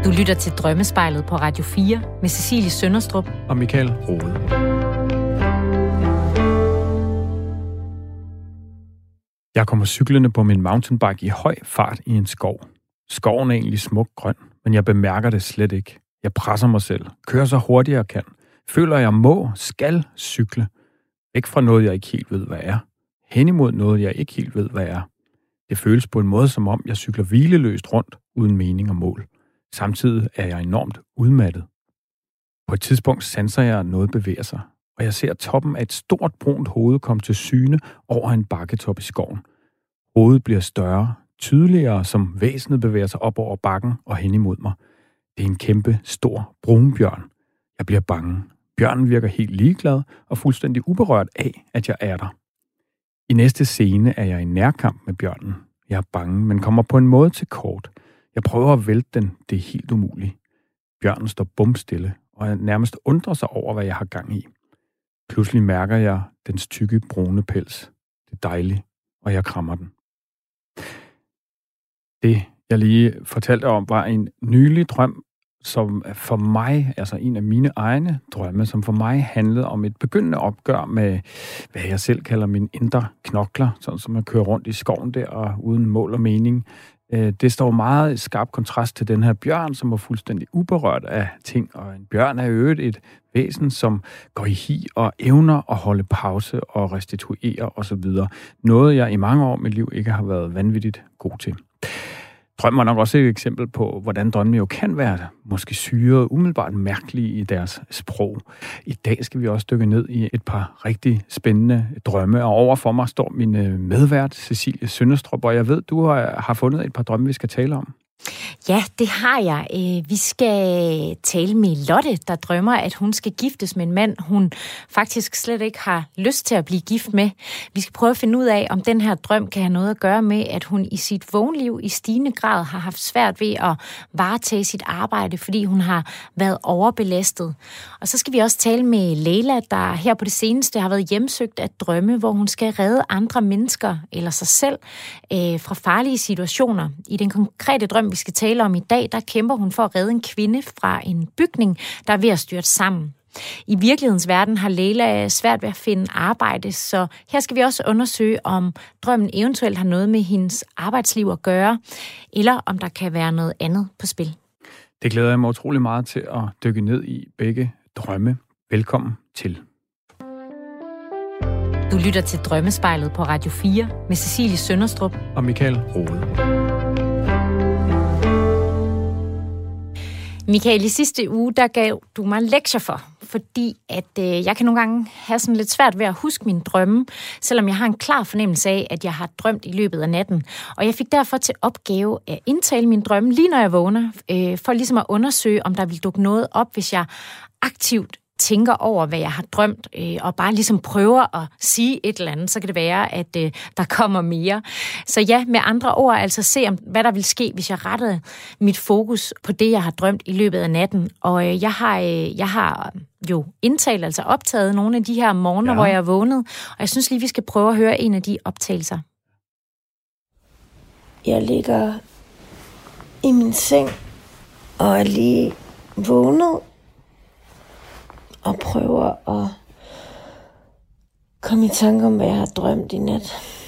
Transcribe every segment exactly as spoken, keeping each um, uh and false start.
Du lytter til Drømmespejlet på Radio fire med Cecilie Sønderstrup og Michael Rode. Jeg kommer cyklende på min mountainbike i høj fart i en skov. Skoven er egentlig smuk grøn, men jeg bemærker det slet ikke. Jeg presser mig selv, kører så hurtigt jeg kan. Føler jeg må, skal cykle. Væk fra noget, jeg ikke helt ved, hvad er. Hen imod noget, jeg ikke helt ved, hvad er. Det føles på en måde, som om jeg cykler hvileløst rundt, uden mening og mål. Samtidig er jeg enormt udmattet. På et tidspunkt sanser jeg, at noget bevæger sig, og jeg ser toppen af et stort brunt hoved komme til syne over en bakketop i skoven. Hovedet bliver større, tydeligere, som væsenet bevæger sig op over bakken og hen imod mig. Det er en kæmpe, stor brunbjørn. Jeg bliver bange. Bjørnen virker helt ligeglad og fuldstændig uberørt af, at jeg er der. I næste scene er jeg i nærkamp med bjørnen. Jeg er bange, men kommer på en måde til kort. Jeg prøver at vælte den. Det er helt umuligt. Bjørnen står bumstille, og jeg nærmest undrer sig over, hvad jeg har gang i. Pludselig mærker jeg dens tykke, brune pels. Det er dejligt, og jeg krammer den. Det, jeg lige fortalte om, var en nylig drøm, som for mig, altså en af mine egne drømme, som for mig handlede om et begyndende opgør med, hvad jeg selv kalder mine indre knokler, sådan som jeg kører rundt i skoven der og uden mål og mening. Det står meget i skarp kontrast til den her bjørn, som er fuldstændig uberørt af ting, og en bjørn er jo et væsen, som går i hi og evner at holde pause og restituere osv. Noget, jeg i mange år i mit liv ikke har været vanvittigt god til. Drømmen er nok også et eksempel på, hvordan drømmene jo kan være måske syre, umiddelbart mærkelige i deres sprog. I dag skal vi også dykke ned i et par rigtig spændende drømme, og overfor mig står min medvært, Cecilie Sønderstrup, og jeg ved, du har fundet et par drømme, vi skal tale om. Ja, det har jeg. Vi skal tale med Lotte, der drømmer, at hun skal giftes med en mand, hun faktisk slet ikke har lyst til at blive gift med. Vi skal prøve at finde ud af, om den her drøm kan have noget at gøre med, at hun i sit vågenliv i stigende grad har haft svært ved at varetage sit arbejde, fordi hun har været overbelastet. Og så skal vi også tale med Leila, der her på det seneste har været hjemsøgt af drømme, hvor hun skal redde andre mennesker eller sig selv øh, fra farlige situationer. I den konkrete drøm, vi skal tale om i dag, der kæmper hun for at redde en kvinde fra en bygning, der er ved at styrte sammen. I virkelighedens verden har Leila svært ved at finde arbejde, så her skal vi også undersøge, om drømmen eventuelt har noget med hendes arbejdsliv at gøre, eller om der kan være noget andet på spil. Det glæder jeg mig utrolig meget til at dykke ned i begge drømme. Velkommen til. Du lytter til Drømmespejlet på Radio fire med Cecilie Sønderstrup og Michael Rode. Michael, i sidste uge, der gav du mig lektier for, fordi at øh, jeg kan nogle gange have sådan lidt svært ved at huske mine drømme, selvom jeg har en klar fornemmelse af, at jeg har drømt i løbet af natten. Og jeg fik derfor til opgave at indtale mine drømme, lige når jeg vågner, øh, for ligesom at undersøge, om der vil dukke noget op, hvis jeg aktivt tænker over, hvad jeg har drømt, øh, og bare ligesom prøver at sige et eller andet, så kan det være, at øh, der kommer mere. Så ja, med andre ord, altså se, om, hvad der vil ske, hvis jeg rettede mit fokus på det, jeg har drømt i løbet af natten. Og øh, jeg, har, øh, jeg har jo indtalt, altså optaget nogle af de her morgener, ja. Hvor jeg er vågnet, og jeg synes lige, vi skal prøve at høre en af de optagelser. Jeg ligger i min seng, og er lige vågnet, og prøver at komme i tanke om, hvad jeg har drømt i nat.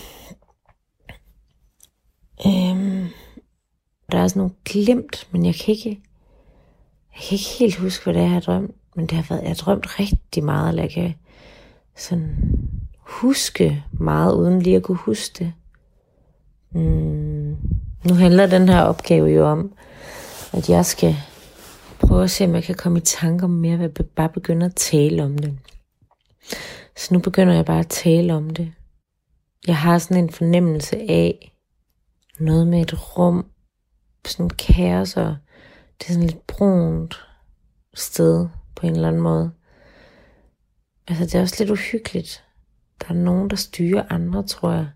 Øhm, der er sådan nogle glimt, men jeg kan ikke, jeg kan ikke helt huske, hvad det er, jeg har drømt. Men det har været, jeg har drømt rigtig meget, eller jeg kan sådan huske meget, uden lige at kunne huske det. Mm, nu handler den her opgave jo om, at jeg skal prøve at se, om jeg kan komme i tanke om mere, ved at bare begynde at tale om det. Så nu begynder jeg bare at tale om det. Jeg har sådan en fornemmelse af noget med et rum, sådan kaos, og det er sådan lidt brunt sted på en eller anden måde. Altså det er også lidt uhyggeligt. Der er nogen, der styrer andre, tror jeg.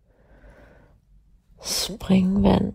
Springvand.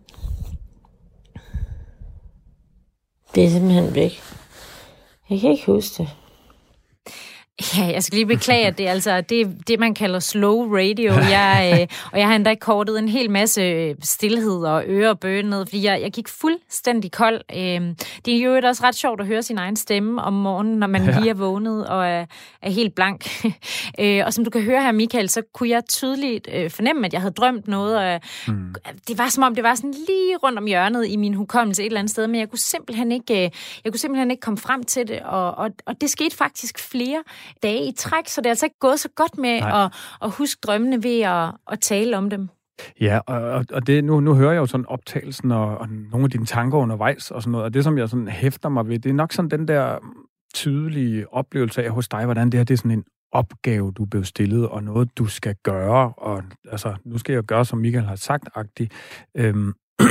Det er simpelthen væk. Jeg kan ikke huske det. Ja, jeg skal lige beklage, at det er altså det, det man kalder slow radio. Jeg, øh, og jeg har endda kortet en hel masse stillhed og ørebøge ned, fordi jeg, jeg gik fuldstændig kold. Øh, det er jo også ret sjovt at høre sin egen stemme om morgenen, når man ja. lige er vågnet og er, er helt blank. øh, og som du kan høre her, Michael, så kunne jeg tydeligt øh, fornemme, at jeg havde drømt noget. Og mm. Det var som om, det var sådan lige rundt om hjørnet i min hukommelse et eller andet sted, men jeg kunne simpelthen ikke, øh, jeg kunne simpelthen ikke komme frem til det. Og, og, og det skete faktisk flere dage i træk, så det er altså ikke gået så godt med at, at huske drømmene ved at, at tale om dem. Ja, og, og det, nu, nu hører jeg jo sådan optagelsen og, og nogle af dine tanker undervejs og sådan noget, og det, som jeg sådan hæfter mig ved, det er nok sådan den der tydelige oplevelse af hos dig, hvordan det her det er sådan en opgave, du blev stillet, og noget, du skal gøre, og altså, nu skal jeg gøre, som Michael har sagt-agtigt, øhm,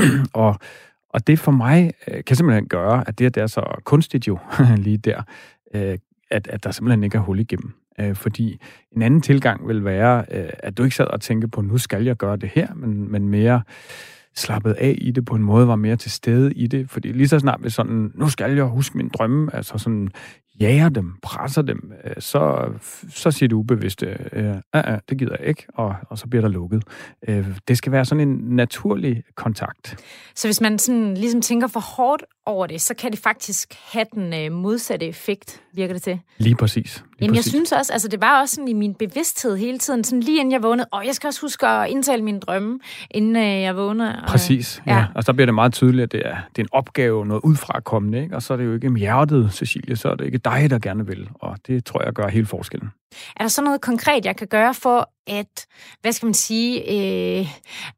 og Og det for mig øh, kan simpelthen gøre, at det, at det er så kunstigt jo lige der, øh, at, at der simpelthen ikke er hul igennem. Øh, fordi en anden tilgang vil være, øh, at du ikke sad og tænker på, nu skal jeg gøre det her, men, men mere slappet af i det på en måde, var mere til stede i det. Fordi lige så snart vi sådan, nu skal jeg huske min drømme, altså sådan jager dem, presser dem, øh, så, så siger du ubevidst, øh, øh, det gider jeg ikke, og, og så bliver der lukket. Øh, det skal være sådan en naturlig kontakt. Så hvis man sådan ligesom tænker for hårdt over det, så kan det faktisk have den øh, modsatte effekt, virker det til? Lige præcis. Lige Jamen præcis. jeg synes også, altså det var også sådan i min bevidsthed hele tiden, sådan lige inden jeg vågnede, og jeg skal også huske at indtale mine drømme, inden øh, jeg vågner. Og, præcis, ja. ja. Og så bliver det meget tydeligt, at det er, det er en opgave, noget udefrakommende, ikke? Og så er det jo ikke med hjertet, Cecilie, så er det ikke dig, der gerne vil, og det tror jeg gør hele forskellen. Er der så noget konkret, jeg kan gøre for at, hvad skal man sige, øh,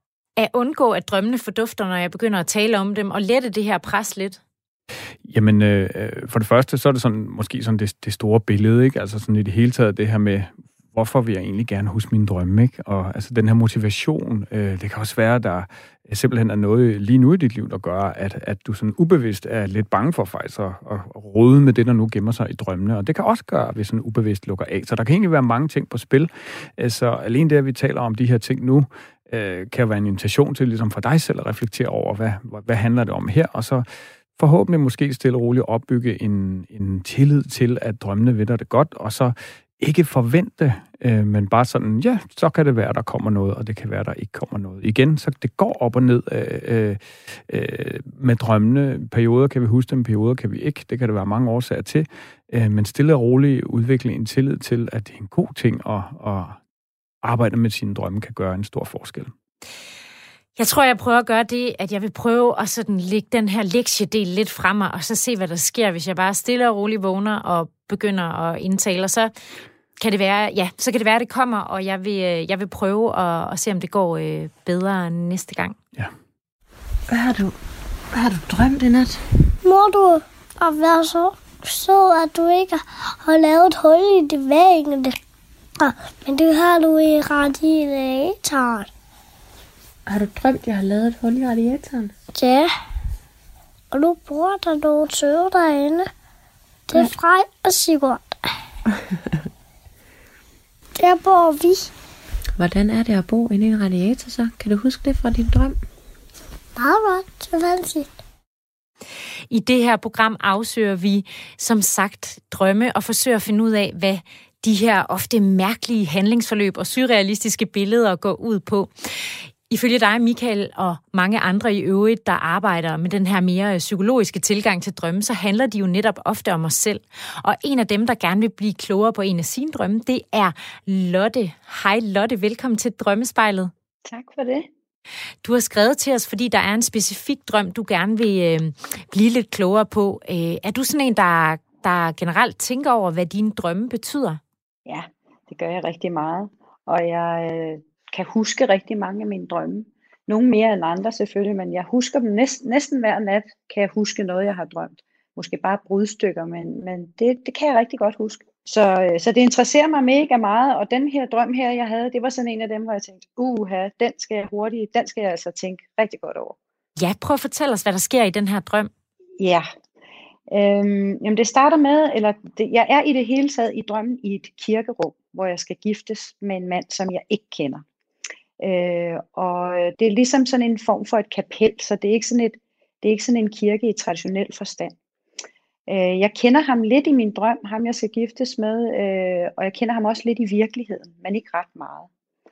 at undgå, at drømmene fordufter, når jeg begynder at tale om dem, og lette det her pres lidt? Jamen, øh, for det første, så er det sådan, måske sådan det, det store billede, ikke? Altså sådan i det hele taget det her med, hvorfor vil jeg egentlig gerne huske mine drømme, ikke? Og altså den her motivation, øh, det kan også være, at der simpelthen er noget lige nu i dit liv, der gør, at, at du sådan ubevidst er lidt bange for faktisk at, at rode med det, der nu gemmer sig i drømmene. Og det kan også gøre, hvis sådan ubevidst lukker af. Så der kan egentlig være mange ting på spil. Så alene det, at vi taler om de her ting nu, øh, kan være en invitation til ligesom for dig selv at reflektere over, hvad, hvad handler det om her, og så forhåbentlig måske stille og roligt opbygge en, en tillid til, at drømmene ved dig det godt, og så ikke forvente, øh, men bare sådan, ja, så kan det være, der kommer noget, og det kan være, der ikke kommer noget. Igen, så det går op og ned øh, øh, med drømmene. Perioder kan vi huske dem, perioder kan vi ikke. Det kan der være mange årsager til. Øh, men stille og roligt udvikle en tillid til, at det er en god ting, at, at arbejde med sine drømme kan gøre en stor forskel. Jeg tror, jeg prøver at gøre det, at jeg vil prøve at sådan lægge den her lektiedel lidt fra mig, og så se, hvad der sker, hvis jeg bare stille og roligt vågner og begynder at indtale. Og så kan det være, ja, så kan det være, at det kommer, og jeg vil, jeg vil prøve at, at se, om det går øh, bedre næste gang. Ja. Hvad har du, hvad har du drømt i nat? Må du at være så sød, at du ikke har lavet et hul i det væggene. Men det har du i radiatoren. Har du drømt, at jeg har lavet et hul i radiatoren? Ja. Og nu bor der nogle søde derinde. Det er Frej og Sigurd. Der bor vi. Hvordan er det at bo inde i en radiator så? Kan du huske det fra din drøm? Meget godt, tilfældigt. I det her program afsøger vi, som sagt, drømme og forsøger at finde ud af, hvad de her ofte mærkelige handlingsforløb og surrealistiske billeder går ud på. Ifølge dig, Michael, og mange andre i øvrigt, der arbejder med den her mere psykologiske tilgang til drømme, så handler de jo netop ofte om os selv. Og en af dem, der gerne vil blive klogere på en af sine drømme, det er Lotte. Hej Lotte, velkommen til Drømmespejlet. Tak for det. Du har skrevet til os, fordi der er en specifik drøm, du gerne vil øh, blive lidt klogere på. Øh, er du sådan en, der, der generelt tænker over, hvad dine drømme betyder? Ja, det gør jeg rigtig meget. Og jeg øh, kan huske rigtig mange af mine drømme. Nogle mere end andre selvfølgelig, men jeg husker dem næsten, næsten hver nat, kan jeg huske noget, jeg har drømt. Måske bare brudstykker, men, men det, det kan jeg rigtig godt huske. Så, øh, så det interesserer mig mega meget, og den her drøm her, jeg havde, det var sådan en af dem, hvor jeg tænkte, uha, den skal jeg hurtigt, den skal jeg altså tænke rigtig godt over. Ja, prøv at fortælle os, hvad der sker i den her drøm. Ja, øhm, jamen det starter med, eller det, jeg er i det hele taget i drømmen i et kirkerum, hvor jeg skal giftes med en mand, som jeg ikke kender. Øh, og det er ligesom sådan en form for et kapel, så det er ikke sådan, et, det er ikke sådan en kirke i traditionel forstand. Øh, jeg kender ham lidt i min drøm, ham jeg skal giftes med, øh, og jeg kender ham også lidt i virkeligheden, men ikke ret meget.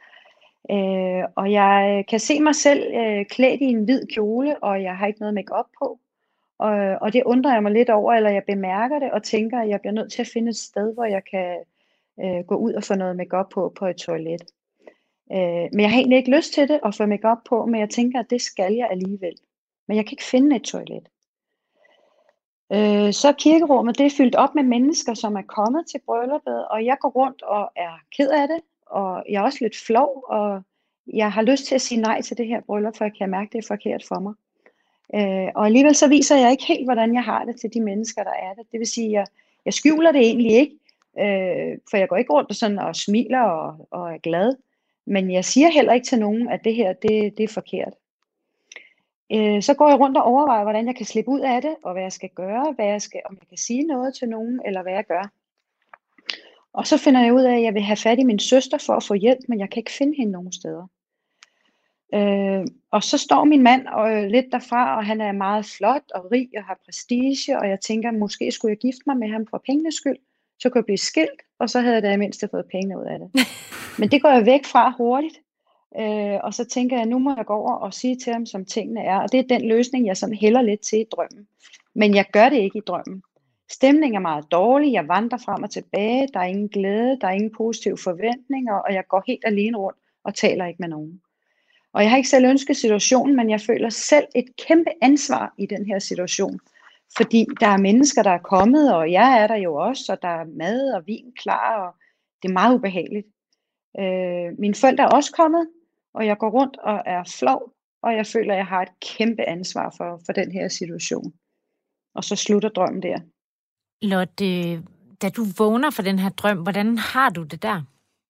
Øh, og jeg kan se mig selv øh, klædt i en hvid kjole, og jeg har ikke noget make-up på. Og, og det undrer jeg mig lidt over, eller jeg bemærker det, og tænker, at jeg bliver nødt til at finde et sted, hvor jeg kan øh, gå ud og få noget make-up på på et toilet. Øh, men jeg har egentlig ikke lyst til det, at få make-up på, men jeg tænker, at det skal jeg alligevel. Men jeg kan ikke finde et toilet. Øh, så kirkerummet, det er fyldt op med mennesker, som er kommet til brylluppet, og jeg går rundt og er ked af det, og jeg er også lidt flov, og jeg har lyst til at sige nej til det her bryllup, for jeg kan mærke, at det er forkert for mig. Øh, og alligevel så viser jeg ikke helt, hvordan jeg har det til de mennesker, der er det. Det vil sige, at jeg, jeg skjuler det egentlig ikke, øh, for jeg går ikke rundt og, sådan, og smiler og, og er glad, men jeg siger heller ikke til nogen, at det her, det, det er forkert. Øh, så går jeg rundt og overvejer, hvordan jeg kan slippe ud af det, og hvad jeg skal gøre, hvad jeg skal, om jeg kan sige noget til nogen, eller hvad jeg gør. Og så finder jeg ud af, at jeg vil have fat i min søster for at få hjælp, men jeg kan ikke finde hende nogen steder. Øh, og så står min mand og, øh, lidt derfra, og han er meget flot og rig og har prestige, og jeg tænker, at måske skulle jeg gifte mig med ham for pengenes skyld, så kunne jeg blive skilt, og så havde jeg da i mindste fået penge ud af det. Men det går jeg væk fra hurtigt. Øh, og så tænker jeg, nu må jeg gå over og sige til ham, som tingene er. Og det er den løsning, jeg sådan hælder lidt til i drømmen. Men jeg gør det ikke i drømmen. Stemningen er meget dårlig, jeg vandrer frem og tilbage, der er ingen glæde, der er ingen positive forventninger, og jeg går helt alene rundt og taler ikke med nogen. Og jeg har ikke selv ønsket situationen, men jeg føler selv et kæmpe ansvar i den her situation. Fordi der er mennesker, der er kommet, og jeg er der jo også, og der er mad og vin klar, og det er meget ubehageligt. Øh, mine forældre er også kommet, og jeg går rundt og er flov, og jeg føler, at jeg har et kæmpe ansvar for, for den her situation. Og så slutter drømmen der. Lotte, da du vågner for den her drøm, hvordan har du det der?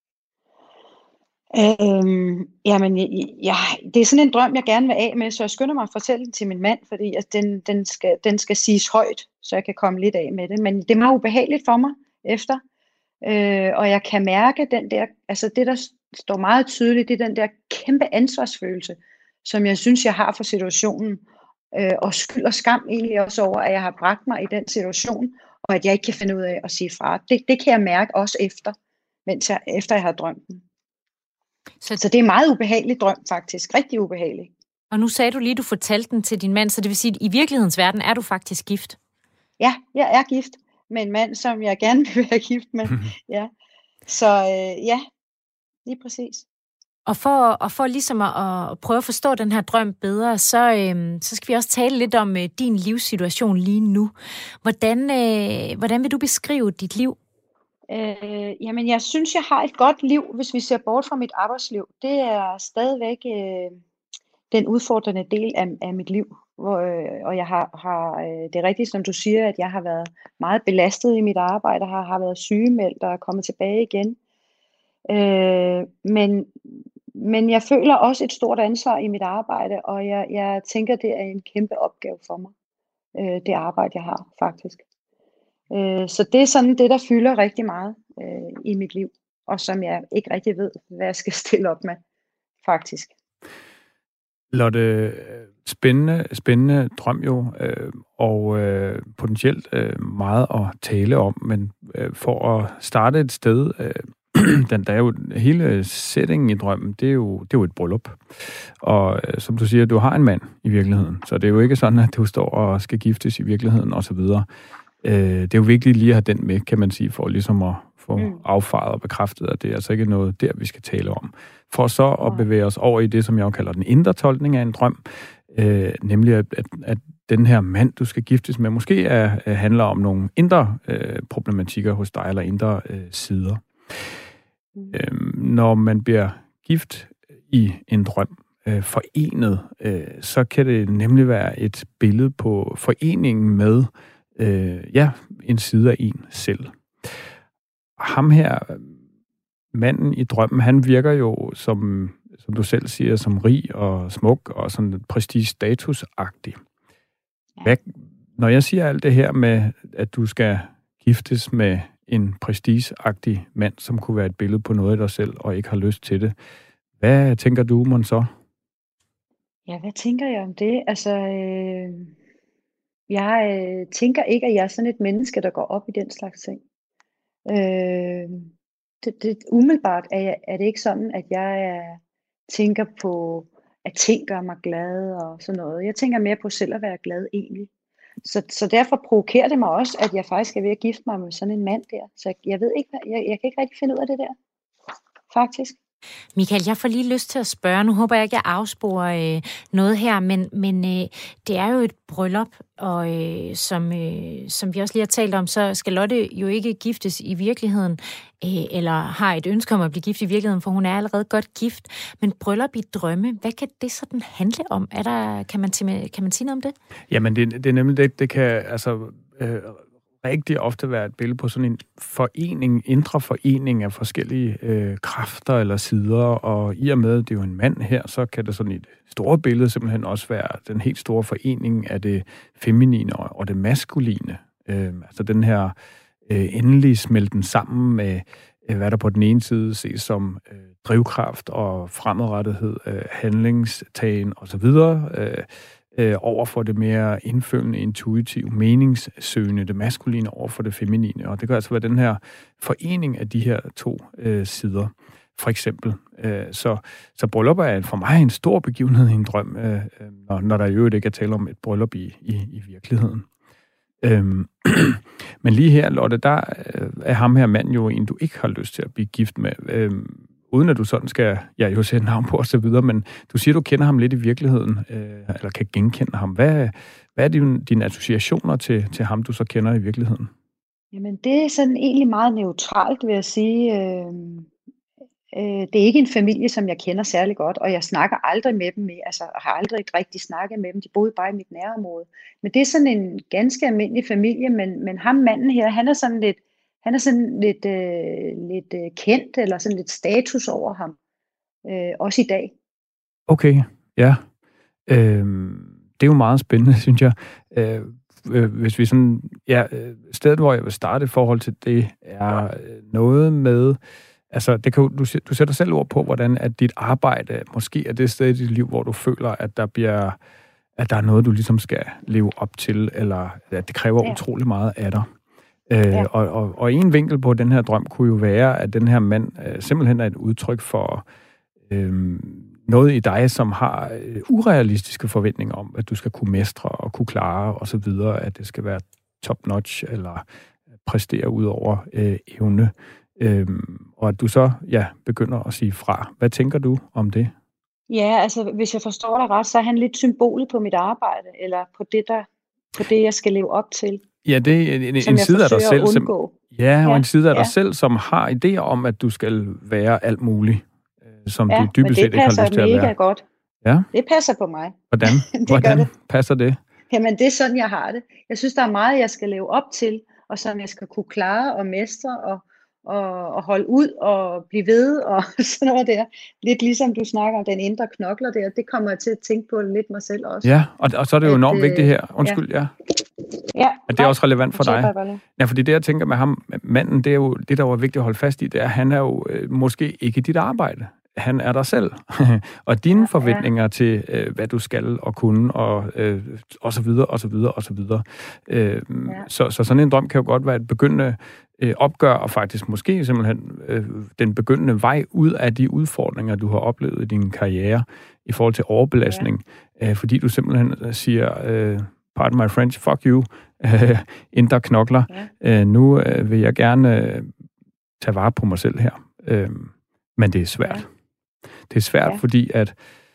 Øhm, jamen, jeg, jeg, det er sådan en drøm, jeg gerne vil af med, så jeg skynder mig at fortælle den til min mand, fordi at den, den, skal, den skal siges højt, så jeg kan komme lidt af med det. Men det er meget ubehageligt for mig efter, øh, og jeg kan mærke den der, altså det der står meget tydeligt, det er den der kæmpe ansvarsfølelse, som jeg synes, jeg har for situationen, øh, og skyld og skam egentlig også over, at jeg har bragt mig i den situation, og at jeg ikke kan finde ud af at sige fra. Det, det kan jeg mærke også efter, mens jeg, efter jeg har drømt den. Så, så det er en meget ubehagelig drøm faktisk, rigtig ubehagelig. Og nu sagde du lige, at du fortalte den til din mand, så det vil sige, at i virkelighedens verden er du faktisk gift? Ja, jeg er gift med en mand, som jeg gerne vil være gift med. Ja. Så øh, ja, lige præcis. Og for, og for ligesom at, at prøve at forstå den her drøm bedre, så, øhm, så skal vi også tale lidt om øh, din livssituation lige nu. Hvordan, øh, hvordan vil du beskrive dit liv? Øh, jamen, jeg synes, jeg har et godt liv, hvis vi ser bort fra mit arbejdsliv. Det er stadigvæk øh, den udfordrende del af, af mit liv. Hvor, øh, og jeg har, har øh, det er rigtigt, som du siger, at jeg har været meget belastet i mit arbejde, har, har været sygemeldt og er kommet tilbage igen. Øh, men, men jeg føler også et stort ansvar i mit arbejde, og jeg, jeg tænker, det er en kæmpe opgave for mig, øh, det arbejde, jeg har faktisk. Øh, så det er sådan det, der fylder rigtig meget øh, i mit liv, og som jeg ikke rigtig ved, hvad jeg skal stille op med, faktisk. Lotte, spændende, spændende drøm jo, øh, og øh, potentielt øh, meget at tale om, men øh, for at starte et sted, øh, den, der er jo hele settingen i drømmen, det er jo, det er jo et bryllup. Og øh, som du siger, du har en mand i virkeligheden, så det er jo ikke sådan, at du står og skal giftes i virkeligheden og så videre. Øh, det er jo vigtigt lige at have den med, kan man sige, for ligesom at få mm. affaret og bekræftet, at det er altså ikke noget der, vi skal tale om. For så at bevæge os over i det, som jeg jo kalder den indre tolkning af en drøm, øh, nemlig at, at, at den her mand, du skal giftes med, måske er, handler om nogle indre øh, problematikker hos dig, eller indre øh, sider. Mm. Øh, når man bliver gift i en drøm, øh, forenet, øh, så kan det nemlig være et billede på foreningen med øh, ja, en side af en selv. Ham her, manden i drømmen, han virker jo, som, som du selv siger, som rig og smuk og sådan prestige-status-agtig. Hvad, når jeg siger alt det her med, at du skal giftes med en prestige-agtig mand, som kunne være et billede på noget af dig selv, og ikke har lyst til det, hvad tænker du, mon så? Ja, hvad tænker jeg om det? Altså, øh, jeg øh, tænker ikke, at jeg er sådan et menneske, der går op i den slags ting. Øh, det, det, umiddelbart er, jeg, er det ikke sådan, at jeg er, tænker på, at ting gør mig glad og sådan noget. Jeg tænker mere på selv at være glad egentlig. Så, så derfor provokerer det mig også, at jeg faktisk er ved at gifte mig med sådan en mand der. Så jeg, jeg ved ikke, jeg, jeg kan ikke rigtig finde ud af det der, faktisk. Michael, jeg får lige lyst til at spørge. Nu håber jeg ikke, at jeg afsporer øh, noget her, men, men øh, det er jo et bryllup, og øh, som, øh, som vi også lige har talt om, så skal Lotte jo ikke giftes i virkeligheden, øh, eller har et ønske om at blive gift i virkeligheden, for hun er allerede godt gift. Men bryllup i drømme, hvad kan det sådan handle om? Er der, kan, man, kan man sige noget om det? Jamen, det, det er nemlig det, det kan altså... Øh, rigtig ofte være et billede på sådan en forening, indre forening af forskellige øh, kræfter eller sider, og i og med, det er jo en mand her, så kan det sådan i det store billede simpelthen også være den helt store forening af det feminine og, og det maskuline. Øh, altså den her øh, endelig smelten sammen med, øh, hvad der på den ene side ses som øh, drivkraft og fremadrettethed, øh, handlingstagen osv., øh, Øh, over for det mere indfølgende, intuitive, meningssøgende, det maskuline over for det feminine. Og det kan altså være den her forening af de her to øh, sider, for eksempel. Øh, så, så bryllup er for mig en stor begivenhed i en drøm, øh, når, når der i øvrigt ikke er tale om et bryllup i, i, i virkeligheden. Øhm, men lige her, Lotte, der er ham her mand jo en, du ikke har lyst til at blive gift med. Øhm, uden at du sådan skal, ja, jo sætte navn på og så videre, men du siger, du kender ham lidt i virkeligheden, øh, eller kan genkende ham. Hvad, hvad er dine, dine associationer til, til ham, du så kender i virkeligheden? Jamen, det er sådan egentlig meget neutralt, vil jeg sige. Øh, øh, det er ikke en familie, som jeg kender særlig godt, og jeg snakker aldrig med dem, med, altså har aldrig rigtig snakket med dem. De boede bare i mit nærområde. Men det er sådan en ganske almindelig familie, men, men ham manden her, han er sådan lidt, Han er sådan lidt, øh, lidt øh, kendt, eller sådan lidt status over ham, øh, også i dag. Okay, ja. Øh, det er jo meget spændende, synes jeg. Øh, øh, hvis vi sådan, ja, stedet, hvor jeg vil starte i forhold til det, er noget med, altså, det kan jo, du, du sætter selv ord på, hvordan at dit arbejde måske er det sted i dit liv, hvor du føler, at der bliver, at der er noget, du ligesom skal leve op til, eller at det kræver ja. utrolig meget af dig. Ja. Øh, og, og, og en vinkel på den her drøm kunne jo være, at den her mand øh, simpelthen er et udtryk for øh, noget i dig, som har øh, urealistiske forventninger om, at du skal kunne mestre og kunne klare og så videre, at det skal være top-notch eller præstere ud over øh, evne. Øh, og at du så ja, begynder at sige fra. Hvad tænker du om det? Ja, altså hvis jeg forstår dig ret, så er han lidt symbolet på mit arbejde, eller på det, der, på det jeg skal leve op til. Ja, det er en, en, en side af dig selv, som, ja, og ja, en side af ja. dig selv, som har idéer om, at du skal være alt muligt, som ja, du dybest set ikke har lyst til at være. Ja, men det passer mega godt. Ja? Det passer på mig. Hvordan? det Hvordan det. passer det? Jamen, det er sådan, jeg har det. Jeg synes, der er meget, jeg skal leve op til, og som jeg skal kunne klare og mestre, og, og, og holde ud, og blive ved, og sådan noget der. Lidt ligesom du snakker om den indre knokler der, det kommer jeg til at tænke på lidt mig selv også. Ja, og, og så er det jo enormt at, vigtigt her. Undskyld, ja. Ja, at det er også relevant for dig. Ja, fordi det, jeg tænker med ham, manden, det er jo det, der var vigtigt at holde fast i, det er, at han er jo øh, måske ikke dit arbejde. Han er dig selv. og dine ja, forventninger ja. til, øh, hvad du skal og kunne, og, øh, og så videre, og så videre, og så videre. Øh, ja. så, så sådan en drøm kan jo godt være et begyndende øh, opgør, og faktisk måske simpelthen øh, den begyndende vej ud af de udfordringer, du har oplevet i din karriere, i forhold til overbelastning. Ja. Øh, fordi du simpelthen siger... Øh, pardon my French, fuck you, øh, indre knokler. Ja. Øh, nu øh, vil jeg gerne øh, tage vare på mig selv her. Øh, men det er svært. Ja. Det er svært, ja. fordi at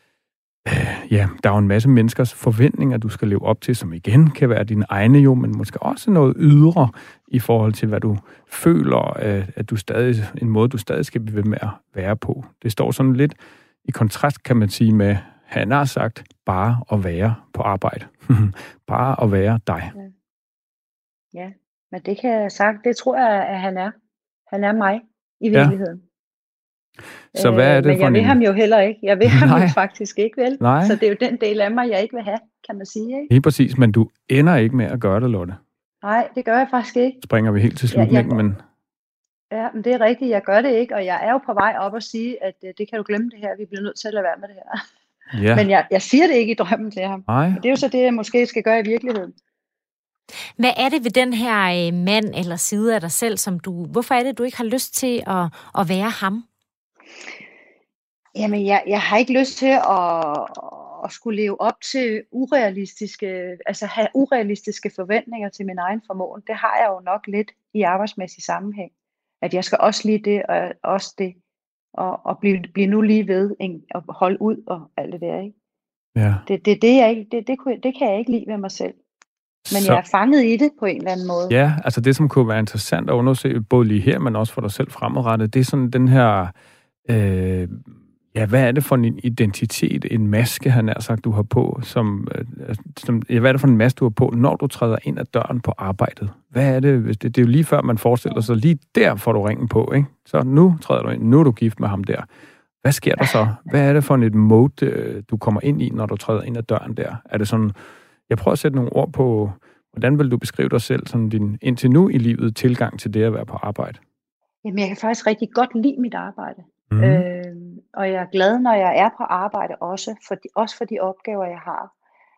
øh, ja, der er jo en masse menneskers forventninger, du skal leve op til, som igen kan være dine egne jo, men måske også noget ydre i forhold til, hvad du føler, øh, at du stadig, en måde, du stadig skal blive ved med at være på. Det står sådan lidt i kontrast, kan man sige, med han har sagt, bare at være på arbejde. bare at være dig. Ja. ja, men det kan jeg sagt, det tror jeg, at han er. Han er mig i virkeligheden. Ja. Så hvad er det øh, men for jeg vil en... ham jo heller ikke. Jeg vil ham jo faktisk ikke, vel? Nej. Så det er jo den del af mig, jeg ikke vil have, kan man sige. Ikke? Helt præcis, men du ender ikke med at gøre det, Lotte. Nej, det gør jeg faktisk ikke. Springer vi helt til slutningen, ja, jeg... men... Ja, men det er rigtigt, jeg gør det ikke, og jeg er jo på vej op og sige, at det kan du glemme det her, vi bliver nødt til at lade være med det her. Ja. Men jeg, jeg siger det ikke i drømmen til ham. Nej. Det er jo så det, jeg måske skal gøre i virkeligheden. Hvad er det ved den her øh, mand eller side af dig selv, som du... Hvorfor er det, du ikke har lyst til at, at være ham? Jamen, jeg, jeg har ikke lyst til at, at skulle leve op til urealistiske, altså have urealistiske forventninger til min egen formåen. Det har jeg jo nok lidt i arbejdsmæssig sammenhæng. At jeg skal også lige det, og også det, og, og blive, blive nu lige ved, og holde ud, og alt det der, ikke? Ja. Det, det, det, jeg ikke, det, det, det kan jeg ikke lide ved mig selv. Men så, jeg er fanget i det på en eller anden måde. Ja, altså det, som kunne være interessant at undersøge, både lige her, men også for dig selv fremadrettet, det er sådan den her... Øh, ja, hvad er det for en identitet, en maske, han har sagt, du har på, som, øh, som, ja, hvad er det for en maske, du har på, når du træder ind ad døren på arbejdet? Hvad er det? Det, det er jo lige før, man forestiller sig, lige der får du ringen på, ikke? Så nu træder du ind, nu er du gift med ham der. Hvad sker der så? Hvad er det for et mode, øh, du kommer ind i, når du træder ind ad døren der? Er det sådan, jeg prøver at sætte nogle ord på, hvordan vil du beskrive dig selv, som din indtil nu i livet tilgang til det at være på arbejde? Jamen, jeg kan faktisk rigtig godt lide mit arbejde. Mm. Øh, og jeg er glad, når jeg er på arbejde også, for de, også for de opgaver, jeg har.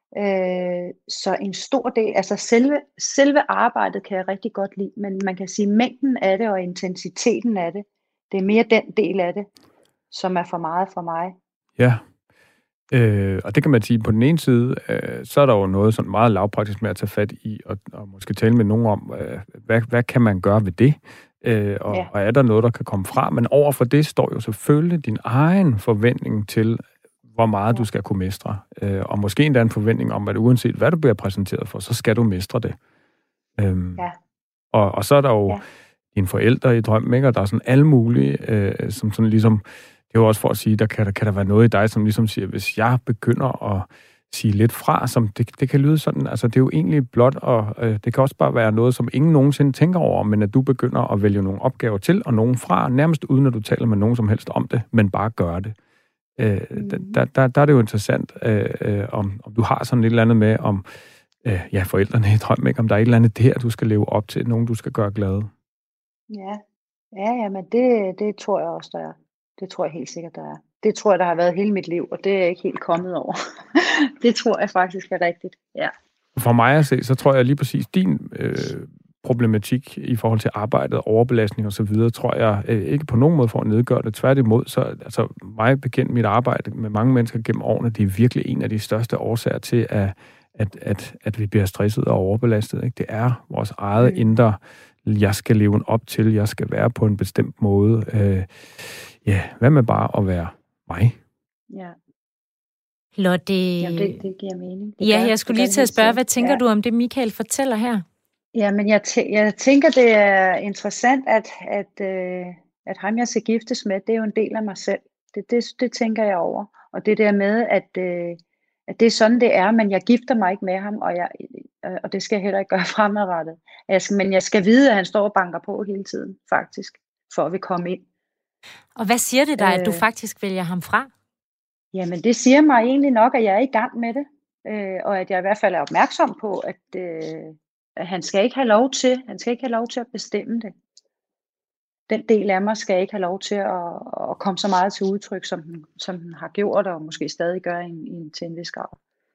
Øh, så en stor del, altså selve, selve arbejdet kan jeg rigtig godt lide, men man kan sige, mængden af det og intensiteten af det, det er mere den del af det, som er for meget for mig. Ja, øh, og det kan man sige, på den ene side, øh, så er der jo noget sådan meget lavpraktisk med at tage fat i, og, og måske tale med nogen om, øh, hvad, hvad kan man gøre ved det? Øh, og, ja. og er der noget, der kan komme fra? Men over for det står jo selvfølgelig din egen forventning til, hvor meget ja. du skal kunne mestre. Øh, og måske endda en forventning om, at uanset hvad du bliver præsenteret for, så skal du mestre det. Øhm, ja. og, og så er der jo ja. dine forældre i drømmen, ikke? Og der er sådan alle mulige, øh, som sådan ligesom, det er jo også for at sige, der kan, der kan der være noget i dig, som ligesom siger, hvis jeg begynder at sige lidt fra, som det, det kan lyde sådan, altså det er jo egentlig blot, og øh, det kan også bare være noget, som ingen nogensinde tænker over, men at du begynder at vælge nogle opgaver til, og nogen fra, nærmest uden at du taler med nogen som helst om det, men bare gør det. Øh, mm. der, der, der er det jo interessant, øh, øh, om, om du har sådan et eller andet med, om øh, ja, forældrene i drømmen, ikke? Om der er et eller andet der, du skal leve op til, nogen du skal gøre glade. Ja, ja, ja, men det, det tror jeg også, der er. Det tror jeg helt sikkert, der er. Det tror jeg, der har været hele mit liv, og det er jeg ikke helt kommet over. Det tror jeg faktisk er rigtigt, ja. For mig at se, så tror jeg lige præcis, din øh, problematik i forhold til arbejdet, overbelastning og så videre, tror jeg øh, ikke på nogen måde for at nedgøre det. Tværtimod, så altså mig bekendt mit arbejde med mange mennesker gennem årene, det er virkelig en af de største årsager til, at, at, at, at vi bliver stresset og overbelastet. Ikke? Det er vores eget mm. indre, jeg skal leve op til, jeg skal være på en bestemt måde. Øh, ja, hvad med bare at være mig? Ja. Lotte... Jamen, det, det giver mening. Det ja, gør, jeg skulle lige til at spørge, hvad tænker ja. du om det, Michael fortæller her? Ja, men jeg, tæ- jeg tænker, det er interessant, at, at, øh, at ham, jeg skal giftes med, det er jo en del af mig selv. Det, det, det tænker jeg over. Og det der med, at, øh, at det er sådan, det er, men jeg gifter mig ikke med ham, og, jeg, og det skal jeg heller ikke gøre fremadrettet. Jeg skal, men jeg skal vide, at han står og banker på hele tiden, faktisk, for at vi komme ind. Og hvad siger det dig, øh, at du øh, faktisk vælger ham fra? Jamen, det siger mig egentlig nok, at jeg er i gang med det. Øh, og at jeg i hvert fald er opmærksom på, at, øh, at han skal ikke have lov til, han skal ikke have lov til at bestemme det. Den del af mig skal ikke have lov til at, at komme så meget til udtryk, som den, som den har gjort, og måske stadig gør i en, til en vis grad.